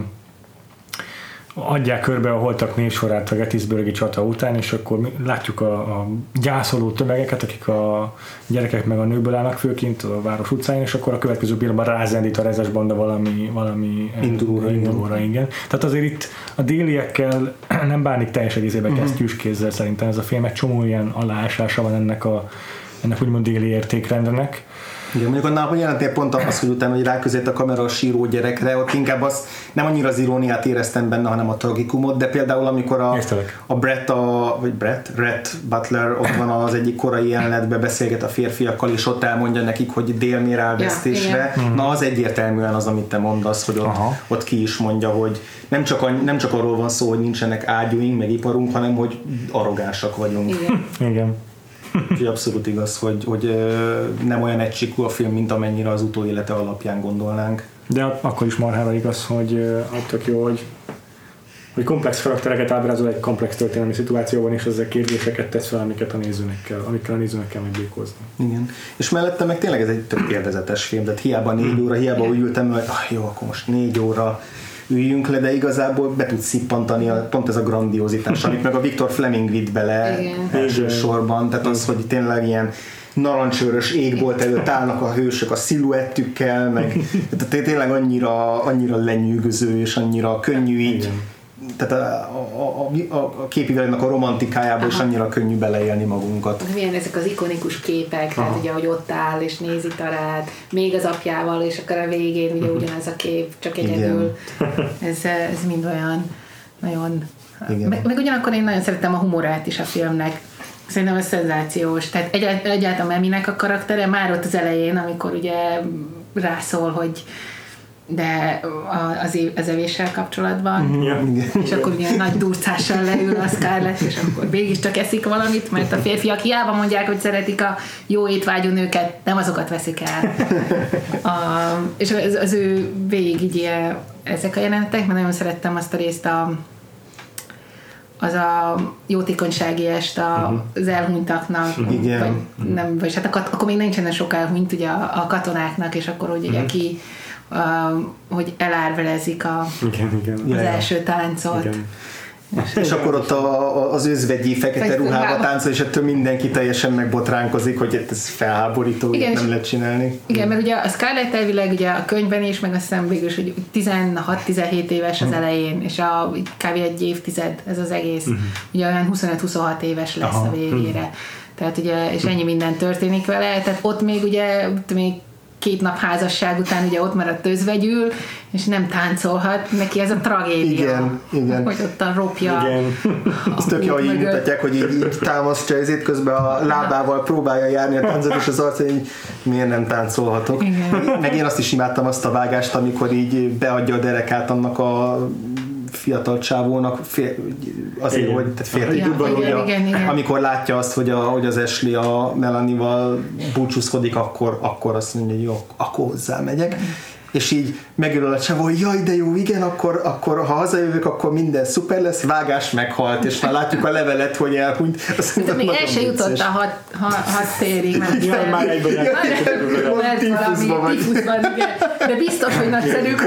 adják körbe a holtak névsorát a Gettysburgi csata után, és akkor látjuk a gyászoló tömegeket, akik a gyerekek meg a nőkből állnak főként a város utcáin, és akkor a következő pillanatban rázendít a rezes banda valami indulóra, igen. Tehát azért itt a déliekkel nem bánik teljes egészében kesztyűs kézzel, szerintem ez a film, egy csomó ilyen aláásása van ennek úgymond déli értékrendnek. Igen, mondjuk annál jelentél pont az, hogy utána, hogy ráközött a kamera a síró gyerekre, ott inkább nem annyira az iróniát éreztem benne, hanem a tragikumot, de például amikor a Rhett Butler ott van az egyik korai jelenetben, beszélget a férfiakkal, és ott elmondja nekik, hogy dél mér áll vesztésre. Na az egyértelműen az, amit te mondasz, hogy ott ki is mondja, hogy nem csak arról van szó, hogy nincsenek ágyúink, meg iparunk, hanem hogy arrogánsak vagyunk. Igen. Úgyhogy abszolút igaz, hogy nem olyan egységű a film, mint amennyire az utóélete alapján gondolnánk. De akkor is marhára igaz, hogy tök jó, hogy komplex karaktereket ábrázol egy komplex történelmi szituációban, és ezzel kérdéseket tesz fel, amikkel a nézőnek kell megbírkozni. Igen. És mellette meg tényleg ez egy tök élvezetes film, tehát hiába 4 óra, hiába úgy ültem, hogy jó, akkor most 4 óra üljünk le, de igazából be tud szippantani pont ez a grandiózitás, amit meg a Victor Fleming vitt bele elsősorban, tehát az, hogy tényleg ilyen narancsőrös égbolt előtt állnak a hősök a sziluettükkel, meg tehát tényleg annyira lenyűgöző és annyira könnyű így, tehát a képi világnak a romantikájából is annyira könnyű beleélni magunkat. Milyen ezek az ikonikus képek, tehát ugye, hogy ott áll és nézi Tarát, még az apjával, és akkor a végén ugye ugyanaz a kép, csak egyedül. Ez mind olyan nagyon... Meg ugyanakkor én nagyon szeretem a humorát is a filmnek. Szerintem ez szenzációs. Tehát egyáltalán Eminek a karaktere már ott az elején, amikor ugye rászól, hogy de az evéssel kapcsolatban, és akkor ugye nagy durcással leül a Scarlett, és akkor mégiscsak eszik valamit, mert a férfiak hiába mondják, hogy szeretik a jó étvágyú nőket, nem azokat veszik el. És az ő végig így ezek a jelenetek, mert nagyon szerettem azt a részt, az a jótékonysági est az elhunytaknak, vagy hát akkor még nincsen sok elhunyt ugye a katonáknak, és akkor ugye hogy elárvelezik az első táncot. Igen. És akkor ott az özvegyi fekete ruhába táncol, és ettől mindenki teljesen megbotránkozik, hogy ez felháborító, igen, nem lehet csinálni. Igen, mert ugye a Scarlett elvileg ugye a könyvben is, meg azt hiszem végül is, hogy 16-17 éves az elején, és kb. egy évtized ez az egész. Ugye olyan 25-26 éves lesz a végére. Tehát ugye, és ennyi minden történik vele, tehát ott még ugye, még 2 nap házasság után ugye ott maradt özvegyül, és nem táncolhat, neki ez a tragédia. Igen. Hogy ott a ropja. Azt tök jól így mutatják, hogy így támasztja ezért, közben a lábával próbálja járni a táncot, és az arca, hogy miért nem táncolhatok. Igen. Meg én azt is imádtam azt a vágást, amikor így beadja a derekát annak a fiatal csávónak, azért, hogy férfi amikor látja azt, hogy az Ashley a Melanie-val búcsúzkodik, akkor azt mondja, hogy jó, akkor hozzá megyek. És így megölöl a csávó, hogy jaj, de jó, igen, akkor ha hazajövök, akkor minden szuper lesz, vágás meghalt, és már látjuk a levelet, hogy elhunyt. Még el se jutott a 6 térig. Már egyben tífuszban, igen. De biztos, hogy nagyszerű.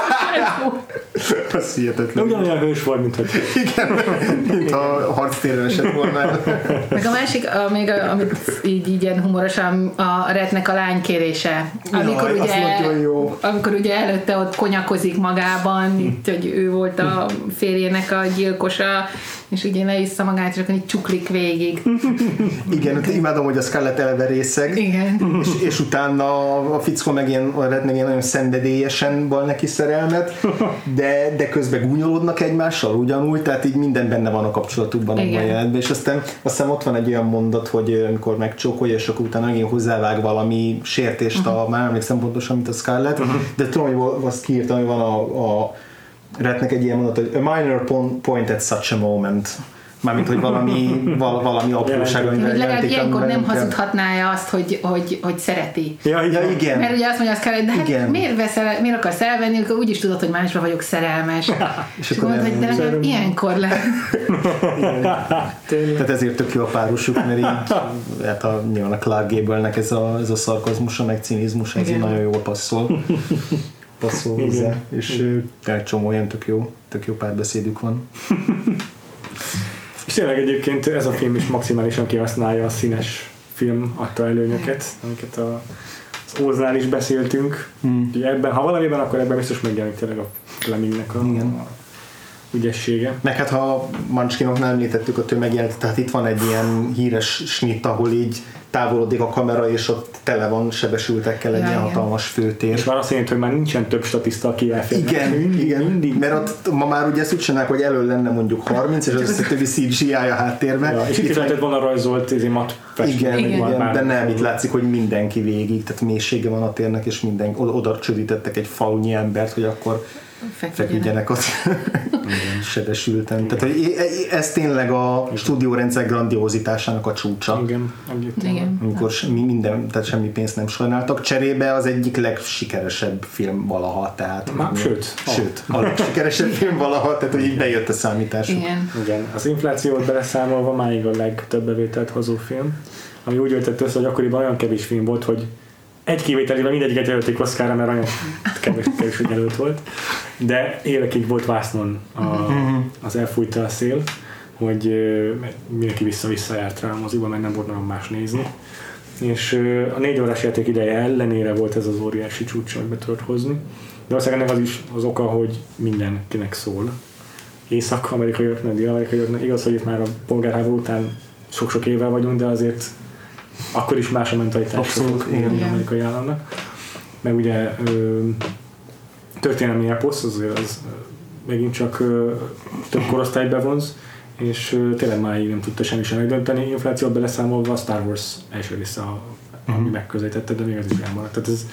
Az hihetetlen. Ugyanolyan hős volt, mint hogy... Igen, mint a harctérre esett volna. Meg a másik, még amit így ilyen humorosan, a Rhettnek a lánykérése. Amikor ugye előtte ott konyakozik magában, itt, hogy ő volt a férjének a gyilkosa, és ugye leissza magát, és akkor így csuklik végig. Igen, imádom, hogy a Scarlett eleve részeg. Igen. És utána a fickó meg ilyen nagyon szenvedélyesen van neki szerelmet, de közben gúnyolódnak egymással ugyanúgy, tehát így minden benne van a kapcsolatukban abban a jelenetben, és aztán egy olyan mondat, hogy amikor megcsókolja, és akkor utána megint hozzávág valami sértést, már emlékszem pontosan, mint a Scarlett, de tudom, hogy azt kiírtam, hogy van a Rhettnek egy ilyen mondat, hogy a minor point at such a moment. Mármint, hogy valami apróság, amivel legalább ilyenkor nem hazudhatná azt, hogy szereti. Ja, igen. Mert ugye azt mondja, hogy hát miért akarsz elvenni, akkor úgyis tudod, hogy másra vagyok szerelmes. És akkor mondod, hogy de legalább ilyenkor lehet. Tehát ezért tök jó a párosuk, mert így hát nyilván a Clark Gable-nek ez a szarkazmusa, meg cinizmusa, ez így nagyon jól passzol hozzá, és egy csomó ilyen tök jó párbeszédük van. És tényleg egyébként ez a film is maximálisan kihasználja a színes film adta előnyöket, amiket az Óznál is beszéltünk. Ebben, ha valamiben, akkor ebben biztos megjelenik tényleg a Flemingnek a ügyessége. Meg hát ha Munchkinoknál említettük, ott ő megjelent, tehát itt van egy ilyen híres snitt, ahol így távolodik a kamera, és ott tele van sebesültekkel egy ilyen hatalmas főtér. És már azt jelenti, hogy már nincsen több statiszta, aki elfér. Igen, mert ott ma már ugye ezt úgy csinálják, hogy elől lenne mondjuk 30, és az össze többi CGI a háttérben. Ja, és itt lehetett volna rajzolt mat festmény. Igen, de nem, itt látszik, hogy mindenki végig, tehát mélysége van a térnek, és oda csődítettek egy faunyi embert, hogy akkor feküdjenek ott sebesülten. Tehát hogy ez tényleg a stúdiórendszer grandiózitásának a csúcsa. Igen. Amikor tehát semmi pénzt nem sajnáltak. Cserébe az egyik legsikeresebb film valaha. Tehát, sőt, a legsikeresebb film valaha, tehát hogy így bejött a számításuk. Igen. Az inflációt beleszámolva máig a legtöbb bevételt hozó film, ami úgy jöttett össze, hogy akkoriban olyan kevés film volt, hogy egy kivételével mindegyiket jelölték Oscarra, mert olyan kevés jelölt volt. De évekig volt vásznon az Elfújta a szél, hogy mindenki vissza-vissza járt rá a moziba, mert nem volt nagyon más nézni. És a 4 órás játék ideje ellenére volt ez az óriási csúcs, hogy be tudott hozni. De valószínűleg ennek az is az oka, hogy mindenkinek szól. Észak-amerikaiaknak, dél-amerikaiaknak. Igaz, hogy itt már a polgárháború után sok-sok évvel vagyunk, de azért akkor is más a mentalitás az amerikai államnak. Meg ugye történelmi eposz, azért az megint csak több korosztályt bevonz, és tényleg máig nem tudta semmi sem megdönteni. Inflációt beleszámolva a Star Wars első része, ami megközelítette, de még az is elmaradt. Tehát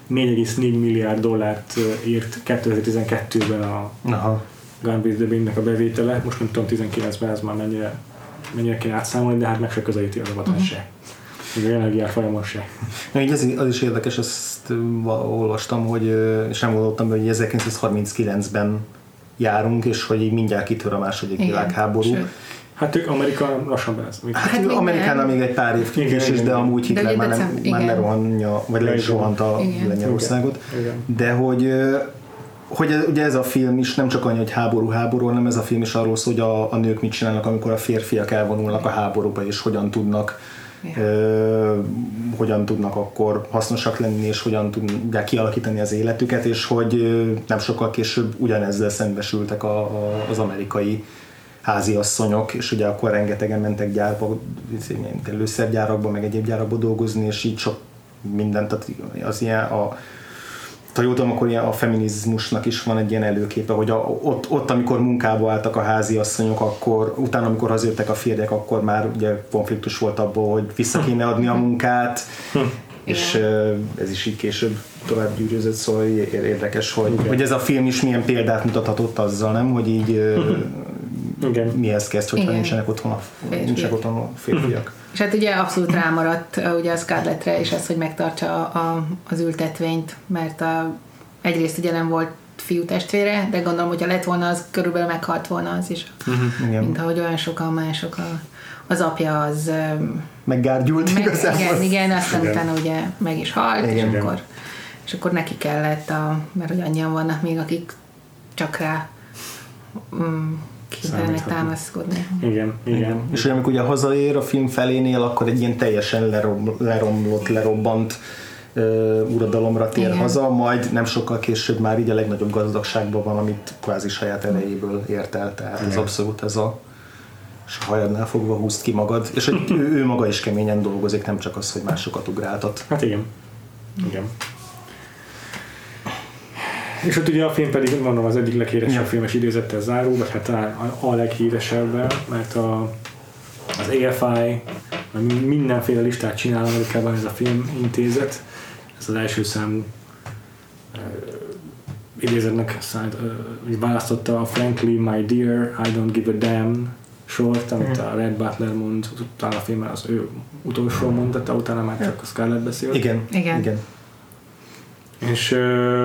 $4,4 milliárd írt 2012-ben a Gone with the Wind-nek a bevétele. Most nem tudom 19-ben ez már mennyire kéne átszámolni, de hát meg se közelíti az Avatar se. Még a jelenlegi árfolyamon se. Így az is érdekes, azt olvastam, hogy, és nem gondoltam, hogy 1939-ben járunk, és hogy így mindjárt kitör a második világháború. Hát ők Amerika lassan belesz. Hát Amerikánál még egy pár év késés, de amúgy Hitler már lerohanja, vagy le is rohanta Lengyelországot. De hogy ugye ez a film is nem csak annyi, hogy háború, hanem ez a film is arról szól, hogy a nők mit csinálnak, amikor a férfiak elvonulnak a háborúba, és hogyan tudnak akkor hasznosak lenni, és hogyan tudják kialakítani az életüket, és hogy nem sokkal később ugyanezzel szembesültek az amerikai háziasszonyok, és ugye akkor rengetegen mentek gyárba, előszergyárakba, meg egyéb gyárakba dolgozni, és így sok mindent, tehát az ilyen ha jól tudom, akkor a feminizmusnak is van egy ilyen előképe, hogy ott, amikor munkába álltak a háziasszonyok, akkor utána, amikor hazajöttek a férjek, akkor már ugye konfliktus volt abból, hogy vissza kéne adni a munkát, és ez is így később tovább gyűrűzött, szóval érdekes, hogy ez a film is milyen példát mutathatott azzal, nem? Hogy így mihez kezd, hogyha nincsenek otthon a férfiak. És hát ugye abszolút rámaradt ugye a Scarlettre, és az, hogy megtartsa az ültetvényt, mert egyrészt ugye nem volt fiú testvére, de gondolom, hogyha lett volna, az körülbelül meghalt volna az is. Mint ahogy olyan sokan mások az apja az... Meggárgyult igazából. Igen, aztán utána ugye meg is halt, és akkor neki kellett, mert hogy annyian vannak még, akik csak rá képtelenek támaszkodni. Igen. És hogy amikor ugye hazaér a film felénél, akkor egy ilyen teljesen lerobbant uradalomra tér haza, majd nem sokkal később már így a legnagyobb gazdagságban van, amit kvázi saját erejéből ért el, tehát ez abszolút ez a hajadnál fogva húzd ki magad, és ő maga is keményen dolgozik, nem csak az, hogy másokat ugráltat. Hát igen. És ott ugye a film pedig mondom az egyik leghíresebb filmes idézettel zárul, vagy hát a leghíresebben, mert az AFI mindenféle listát csinál Amerikában ez a filmintézet. Ez az első számú idézetnek választotta a Frankly, my dear, I don't give a damn sort, amit a Red Butler mond, utána a filmben az ő utolsó mondata, utána már csak a Scarlett beszélt. Igen. És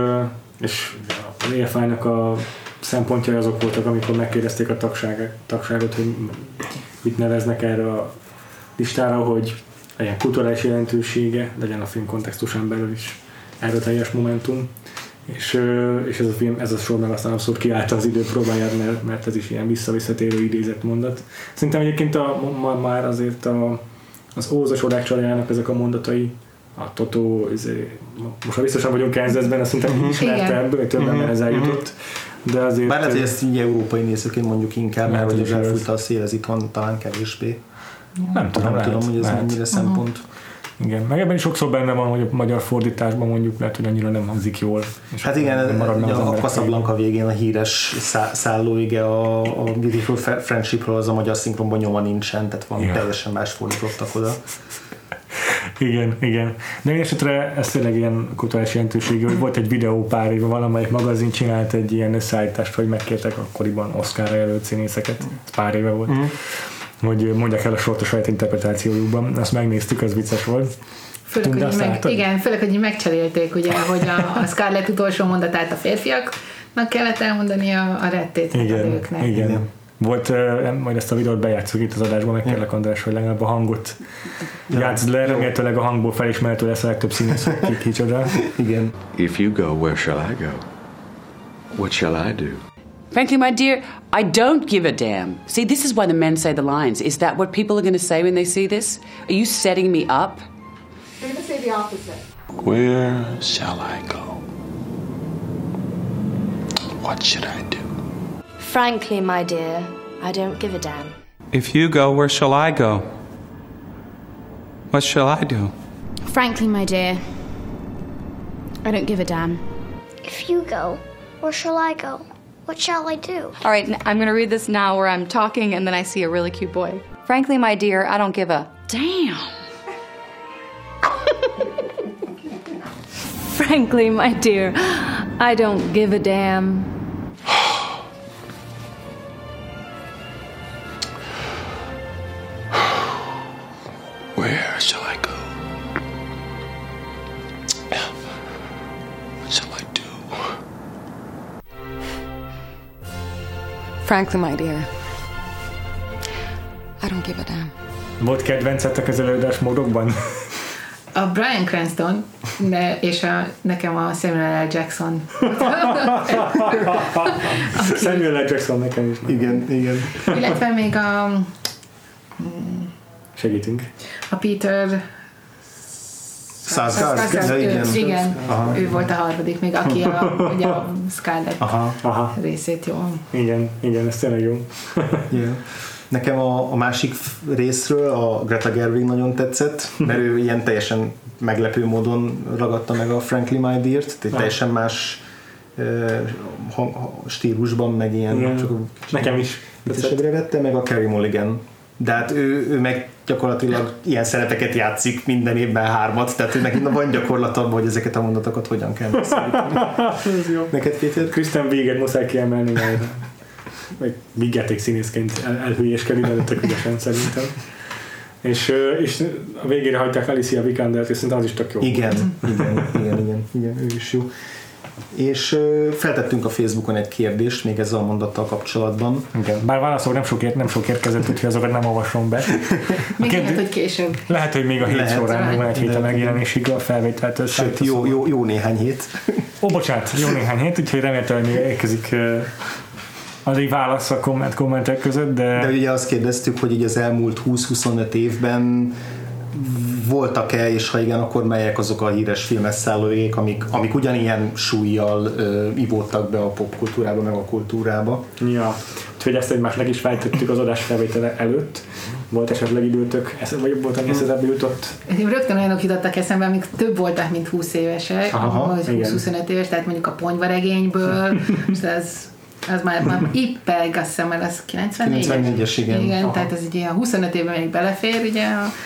az EFI-nak a szempontjai azok voltak, amikor megkérdezték a tagságot, hogy mit neveznek erre a listára, hogy legyen kulturális jelentősége, legyen a film kontextusán belül is erőteljes momentum, és ez a sor meg aztán abszolút kiállta az idő próbáját, mert ez is ilyen visszavisszatérő idézett mondat. Szerintem egyébként már azért az Óz a csodák családjának ezek a mondatai, a Totó, most már biztosan vagyunk Kansasben, azt szerintem ismertebb, több emberhez eljutott. De azért... Bár lehet, hogy ezt így európai nézőként mondjuk inkább, mert hogy az elfújta a szél, ez itthon talán kevésbé. Nem tudom, hogy ez mennyire szempont. Igen, meg ebben is sokszor benne van, hogy a magyar fordításban mondjuk lehet, hogy annyira nem hangzik jól. Hát igen, a Casablanca végén a híres szállóige a Beautiful Friendshipről az a magyar szinkronban nyoma nincsen, tehát valami teljesen más fordítottak oda. Igen. De én esetre ez tényleg ilyen kulturális jelentőségű, hogy volt egy videó pár éve, valamelyik magazin csinált egy ilyen összeállítást, hogy megkértek akkoriban Oscarra jelölt színészeket, pár éve volt, hogy mondják el a sort a saját interpretációjukban. Azt megnéztük, az vicces volt. Főleg, hogy megcserélték, ugye, hogy a Scarlett utolsó mondatát a férfiaknak kellett elmondani, a rettét a nőknek. Igen. Volt, majd ezt a videót bejátszuk itt az adásban, meg kérlek András, hogy legalább a hangot játszd le, remélhetőleg a hangból felismerhető lesz a legtöbb színész, kicsoda. Igen. If you go, where shall I go? What shall I do? Frankly, my dear, I don't give a damn. See, this is why the men say the lines. Is that what people are going to say when they see this? Are you setting me up? They're going to say the opposite. Where shall I go? What should I do? Frankly, my dear, I don't give a damn. If you go, where shall I go? What shall I do? Frankly, my dear, I don't give a damn. If you go, where shall I go? What shall I do? All right, I'm going to read this now where I'm talking and then I see a really cute boy. Frankly, my dear, I don't give a damn. Frankly, my dear, I don't give a damn. Where shall I go? What shall I do? Frankly, my dear, I don't give a damn. Volt kedvencetek az előadás módokban? A Bryan Cranston, és nekem a Samuel L. Jackson. Samuel L. Jackson nekem is. Igen. Illetve még Segítünk. a Peter Sarsgaard? Igen, ő volt a harmadik, még aki ugye a Scarlett részét jól. Igen, ez tényleg jó. Yeah. Nekem a másik részről a Greta Gerwig nagyon tetszett, mert ő ilyen teljesen meglepő módon ragadta meg a Frankly My Dear-t, teljesen más stílusban, meg ilyen csak nekem is viccesebbre vette, meg a Carey Mulligan. De hát ő meg gyakorlatilag ilyen szereteket játszik minden évben 3, tehát neki van gyakorlata abban, hogy ezeket a mondatokat hogyan kell beszélni. Neked, Péter? Kristen Wiiget muszáj kiemelni, meg Wiiget színészként elhülyéskedni, de tök ügyesen szerintem. És a végére hagyták Alicia Vikandert, és szerintem az is tök jó. Igen, ő is jó. És feltettünk a Facebookon egy kérdést még ezzel a mondattal kapcsolatban. Igen, bár válaszol nem sok érkezett, úgyhogy azokat nem olvasom be. Még lehet, hogy később. Lehet, hogy még a hét során, még van egy hét a megjelenésig a felvételtől. Sőt, jó néhány hét. Bocsánat, jó néhány hét, úgyhogy remélhetően még érkezik az egy válasz a kommentek között, de ugye azt kérdeztük, hogy így az elmúlt 20-25 évben voltak-e, és ha igen, akkor melyek azok a híres filmes szállóik, amik ugyanilyen súlyjal ivódtak be a popkultúrába, meg a kultúrába. Ja, úgyhogy ezt egymásnak is fejtettük az adás felvétele előtt. Volt esetleg időtök, vagy volt, ami eszedbe jutott? Rögtön olyanok jutottak eszembe, amik több voltak, mint 20 évesek, vagy 20-25 éves, tehát mondjuk a Ponyvaregényből, az már ippeg, azt hiszem, mert az 94-es, igen. Igen, tehát ez ugye a 25 évben még belefér, ugye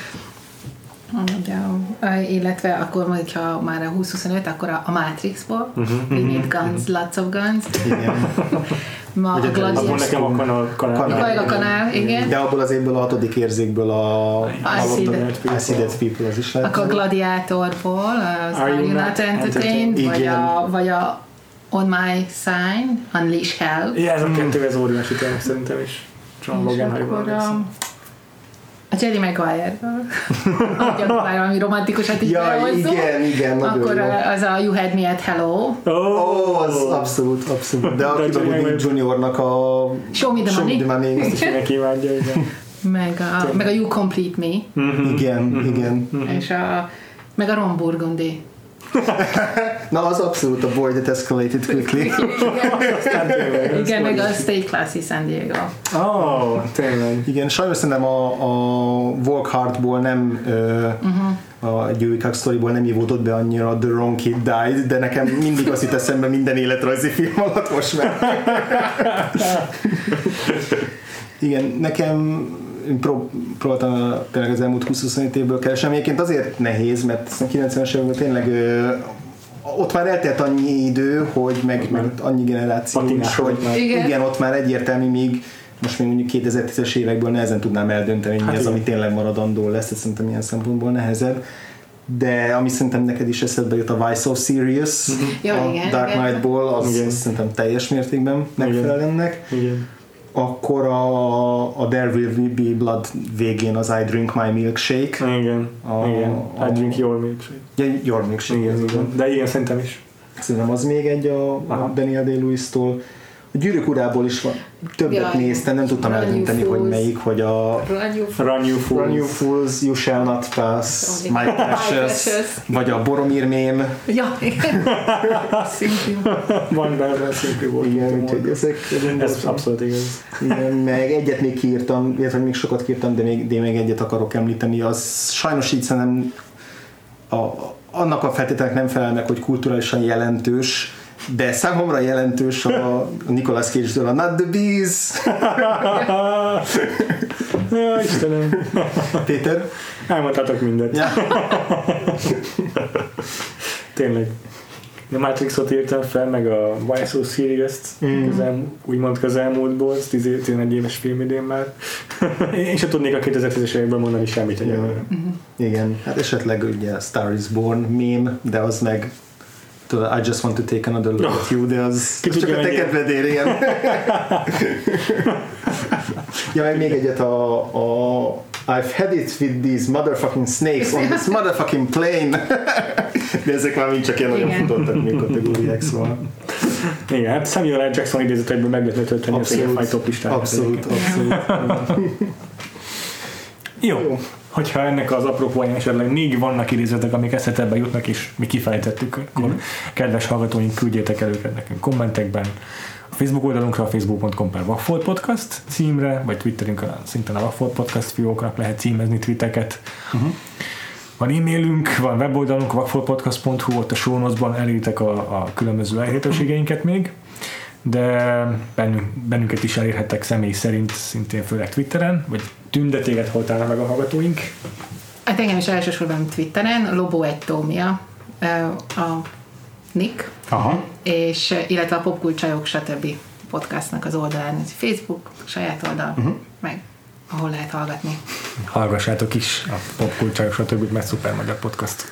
illetve akkor mondjuk, ha már a 20-25, akkor a Matrixból, We Need Guns, Lots of Guns. Igen. Ma a Gladiator. Nekem a kanál, igen. De abból az évből a 6. érzékből a I See Dead People az is lehet. Akkor a Gladiatorból, az Are You Not Entertained, vagy a On My Sign, Unleash Hell. Igen, ez a kettő, ez óriási tényleg szerintem is. John Logan, ha jól a Jerry Maguire-ből, ami romantikusat is behozzuk. Igen, akkor az a You Had Me at Hello. Az abszolút. De a Kibabudi Juniornak a Show Me the Money. Ezt is mindenki imádja, igen. Meg a You Complete Me. Igen. És meg a Ron Burgundy. Na, az abszolút a Boy That Escalated Quickly. Igen, meg a Stay Classy San Diego. Igen, sajnos szerintem a Walk Hardból nem a Dewey Cox Storyból nem ívódott be annyira a The Wrong Kid Died, de nekem mindig azt jut eszembe minden életrajzi film alatt most már. Igen, nekem próbáltam tényleg az elmúlt 20-25 évből keresem. Egyébként azért nehéz, mert 90-es években tényleg ott már eltelt annyi idő, hogy meg annyi generációs, hogy igen, ott már egyértelmű, még most még mondjuk 2010-es évekből nehezen tudnám eldönteni, hogy mi az, ami tényleg maradandó lesz, ez szerintem ilyen szempontból nehezebb. De ami szerintem neked is eszedbe jut, a Why So Serious, a Dark Knight-ból, az szerintem teljes mértékben megfelel ennek. Akkor a There Will Be Blood végén az I Drink My Milkshake. Igen. I Drink Your Milkshake. Your Milkshake. Igen. De igen, szerintem is. Szerintem az még egy a Daniel Day-Lewis-tól. A Gyűrűk urából is van. Többet néztem, nem tudtam eldönteni, hogy melyik, hogy a Run You Fools, You Shall Not Pass, My Precious, vagy a Boromir mém. Ja, igen. Szintén. Van benne szintén volt. Igen, úgyhogy ezek... Ez abszolút igaz. Igen, meg egyet még kiírtam, illetve még sokat kiírtam, de még egyet akarok említeni. Az sajnos így szerintem annak a feltételnek nem felel meg, hogy kulturálisan jelentős, de számomra jelentős a Nicolas Cage-től a Not the Bees. Ja, Istenem. Péter? Elmondtátok mindent. Ja. Tényleg. A Matrixot írtam fel, meg a Why So Serious-t úgymond közelmúltból, 11 éves filmidén már. Én sem tudnék a 2010-es években mondani semmit egyelőre. Igen, hát esetleg ugye Star is Born meme, de az meg I just want to take another look at you, de az csak a te kedvedére, igen. Ja, meg még egyet a I've had it with these motherfucking snakes on this motherfucking plane. De ezek már mind csak ilyen nagyon futottak még kategóriák, szóval. Igen, hát Samuel L. Jackson idézetekből meg lehetne tölteni a sci-fi top listát. Abszolút. Jó. Hogyha ennek az apropóján esetleg még vannak idézetek, amik eszetembe jutnak, és mi kifejtettük, akkor kedves hallgatóink, küldjétek el őket nekünk kommentekben. A Facebook oldalunkra, a facebook.com/vakfoltpodcast címre, vagy Twitterünkön szintén a Vakfolt Podcast fióknak lehet címezni tweeteket. Van e-mailünk, van weboldalunk, vakfoltpodcast.hu, ott a show notes-ban elértek a különböző elérhetőségeinket még, de bennünket is elérhettek személy szerint, szintén főleg Twitteren, vagy tündetéget holtának meg a hallgatóink. Hát engem is elsősorban Twitteren, Lobo egy Tómia, a nick, és illetve a Popkulcsajok stb. Podcastnak az oldalán, ez Facebook, saját oldal, meg ahol lehet hallgatni. Hallgassátok is a Popkulcsajok stb. Mert szuper magyar podcast.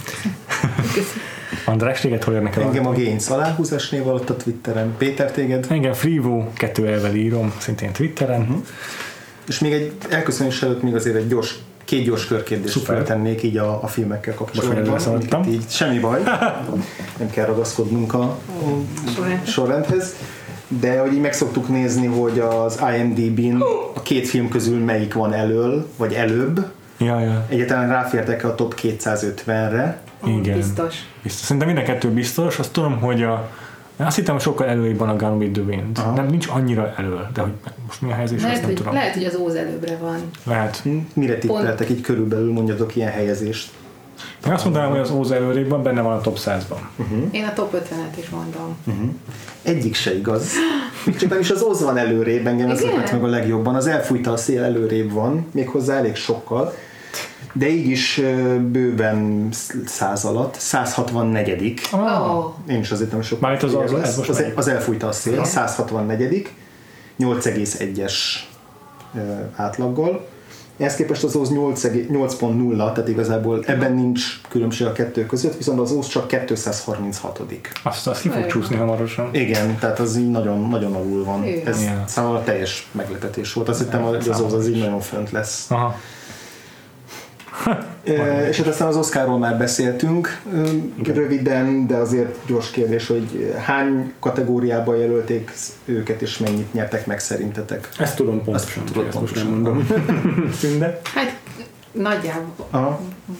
András, téged hol érnek el? Engem a Gains aláhúzás név alatt a Twitteren. Péter, téged? Engem Frivo 2 elvel írom, szintén Twitteren. És még egy elköszönés előtt még azért két gyors körkérdést feltennék így a filmekkel kapcsolatban. Így semmi baj, nem kell ragaszkodnunk a sorrendhez. De hogy így meg szoktuk nézni, hogy az IMDb-n a két film közül melyik van elől, vagy előbb. Egyáltalán ráfértek a top 250-re. Igen. Biztos. Szerintem minden kettő biztos. Azt tudom, hogy azt hittem, hogy sokkal előbb van a Gone with the Wind. Nem, nincs annyira elől, de hogy most mi a helyezés, azt nem tudom. Lehet, hogy az Óz előbbre van. Lehet. Mire tippeltek így körülbelül, mondjatok ilyen helyezést? Én azt mondanám, hogy az Óz előrébb van, benne van a top 100-ban. Én a top 50-et is mondom. Egyik se igaz. Csak nem is az Óz van előrébb, engem ez lett meg a legjobban. Az Elfújta a szél előrébb van, méghozzá elég sokkal. De így is bőven 100 alatt, 164. Én is azért nem sok. Mármint az Elfújta a szél, 164. 8,1-es átlaggal. Ehhez képest az Óz 8.0, tehát igazából ebben nincs különbség a kettő között, viszont az Óz csak 236. Azt ki fog csúszni hamarosan. Igen, tehát az így nagyon, nagyon alul van. Ez számomra teljes meglepetés volt. Azt hittem, hogy az Óz az így nagyon fönt lesz. És hát aztán az Oscarról már beszéltünk röviden, de azért gyors kérdés, hogy hány kategóriában jelölték őket, és mennyit nyertek meg szerintetek? Ezt tudom pontosan. Ezt most nem mondom. Hát nagyjából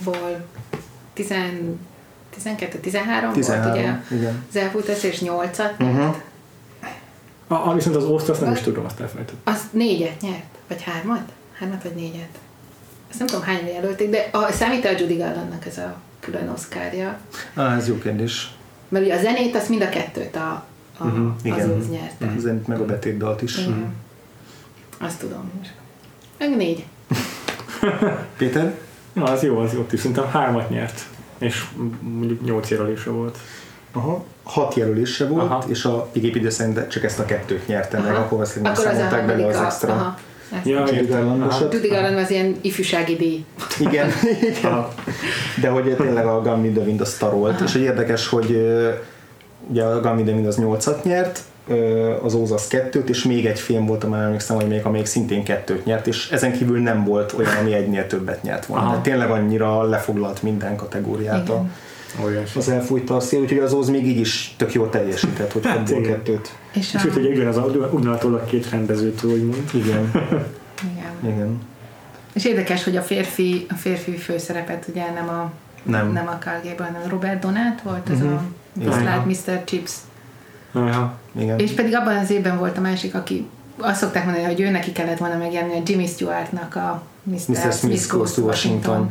12-13 volt ugye az Elfújta és 8-at. Viszont az Ózt azt nem is tudom, azt elfelejtettem. Az 4-et nyert? Vagy 3-at? 3-at vagy 4-et? Azt nem tudom hányra jelölték, de számít a Judy Garlandnak ez a külön Oscarja. Ez jó kérdés. Mert ugye a zenét, azt mind a kettőt az Óz nyerte. A zenét meg a betétdalt is. Azt tudom. Meg 4. Péter? Az jó, szerintem 3-at nyert. És mondjuk 8 jelölése volt. 6 jelölése volt, és a Wikipedia szerint csak ezt a 2-t nyerte meg, akkor azt nem számolták bele az extra. Judy Garland az ilyen ifjúsági díj. Igen. De hogy tényleg a Gone with the Wind az sztarolt, és hogy érdekes, hogy ugye a Gone with the Wind az 8-at nyert, az Óz az 2-t, és még egy film volt, amely emlékszem, hogy amelyik szintén 2-t nyert, és ezen kívül nem volt olyan, ami egynél többet nyert volna. Tehát tényleg annyira lefoglalt minden kategóriát az Elfújta a szél, úgyhogy az Óz még így is tök jól teljesített, hogy kapból 2-t. És úgy, hogy egyben az ugyanattól a két rendezőtől, hogy mond. Igen. És érdekes, hogy a férfi főszerepet ugye nem a Carl Gable, hanem Robert Donát volt, ez a Slide Mr. Chips. Igen. És pedig abban az évben volt a másik, aki azt szokták mondani, hogy ő neki kellett volna megjelenni a Jimmy Stewartnak a Mr. Smith Goes to Washington.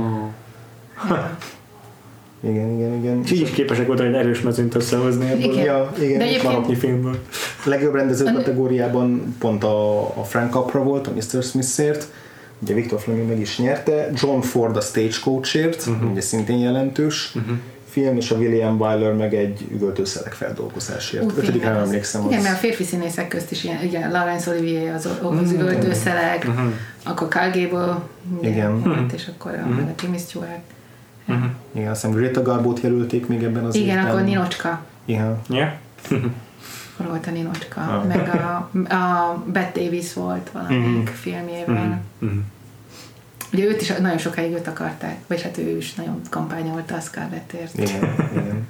Igen. És így is képesek voltak egy erős mezőnyt összehozni ebből a valaki filmből. A legjobb rendező kategóriában pont a Frank Capra volt, a Mr. Smithért, ugye Victor Fleming meg is nyerte, John Ford a Stagecoachért, ugye szintén jelentős, film, és a William Wyler meg egy üvöltőszerek feldolgozásért. 5-re nem emlékszem. Igen, mert a férfi színészek közt is ilyen, igen, Laurence Olivier az üvöltőszerek, akkor Carl Gable, és akkor a Jimmy Stewart. Igen, azt hiszem Greta Garbót jelölték még ebben az igen, évben. akkor Ninocska. Igen. Akkor volt a Ninocska, meg a Bette Davis volt valamelyik filmjében. Ugye őt is nagyon sokáig őt akarták, vagy hát ő is nagyon kampányolta a Scarlettért. Igen.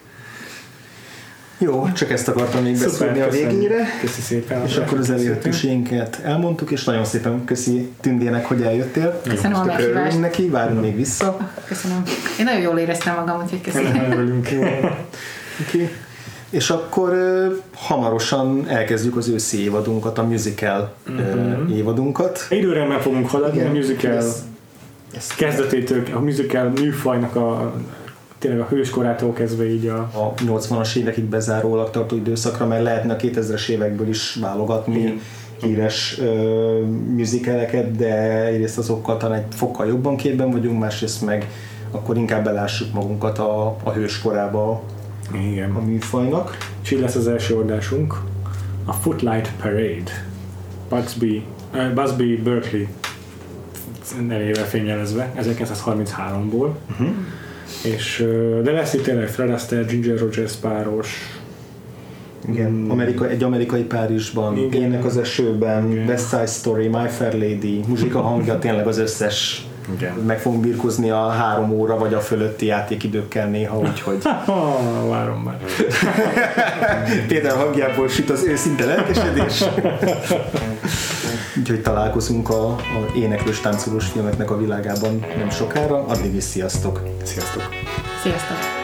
Jó, csak ezt akartam még beszélni a végére. Köszi szépen. És akkor az elérhetőségünket elmondtuk, és nagyon szépen köszi Tündének, hogy eljöttél. Köszönöm a meghívást. Neki, várunk még vissza. Köszönöm. Én nagyon jól éreztem magam, úgyhogy köszönöm. Okay. És akkor hamarosan elkezdjük az őszi évadunkat, a musical évadunkat. Időrendben fogunk haladni, a musical kezdetétől, a musical műfajnak tényleg a hőskorától kezdve így a 80-as évekig bezárólag tartó időszakra, mert lehetne a 2000-es évekből is válogatni híres musicaleket, de egyrészt azokkal talán egy fokkal jobban képben vagyunk, másrészt meg akkor inkább belássuk magunkat a hőskorába a műfajnak. És így lesz az első adásunk, a Footlight Parade, Busby Berkeley nevével fényelezve, 1933-ból. És, de lesz itt tényleg Fred Astaire, Ginger Rogers páros. Igen, egy amerikai Párizsban, Ének az esőben, West Side Story, My Fair Lady, muzsika hangja, tényleg az összes. Meg fogunk birkózni a 3 óra vagy a fölötti játékidőkkel néha, úgyhogy... Várom már. Péter hangjából süt az őszinte lelkesedés. Úgyhogy találkozunk a éneklős táncolós filmeknek a világában nem sokára. Addig is sziasztok! Sziasztok!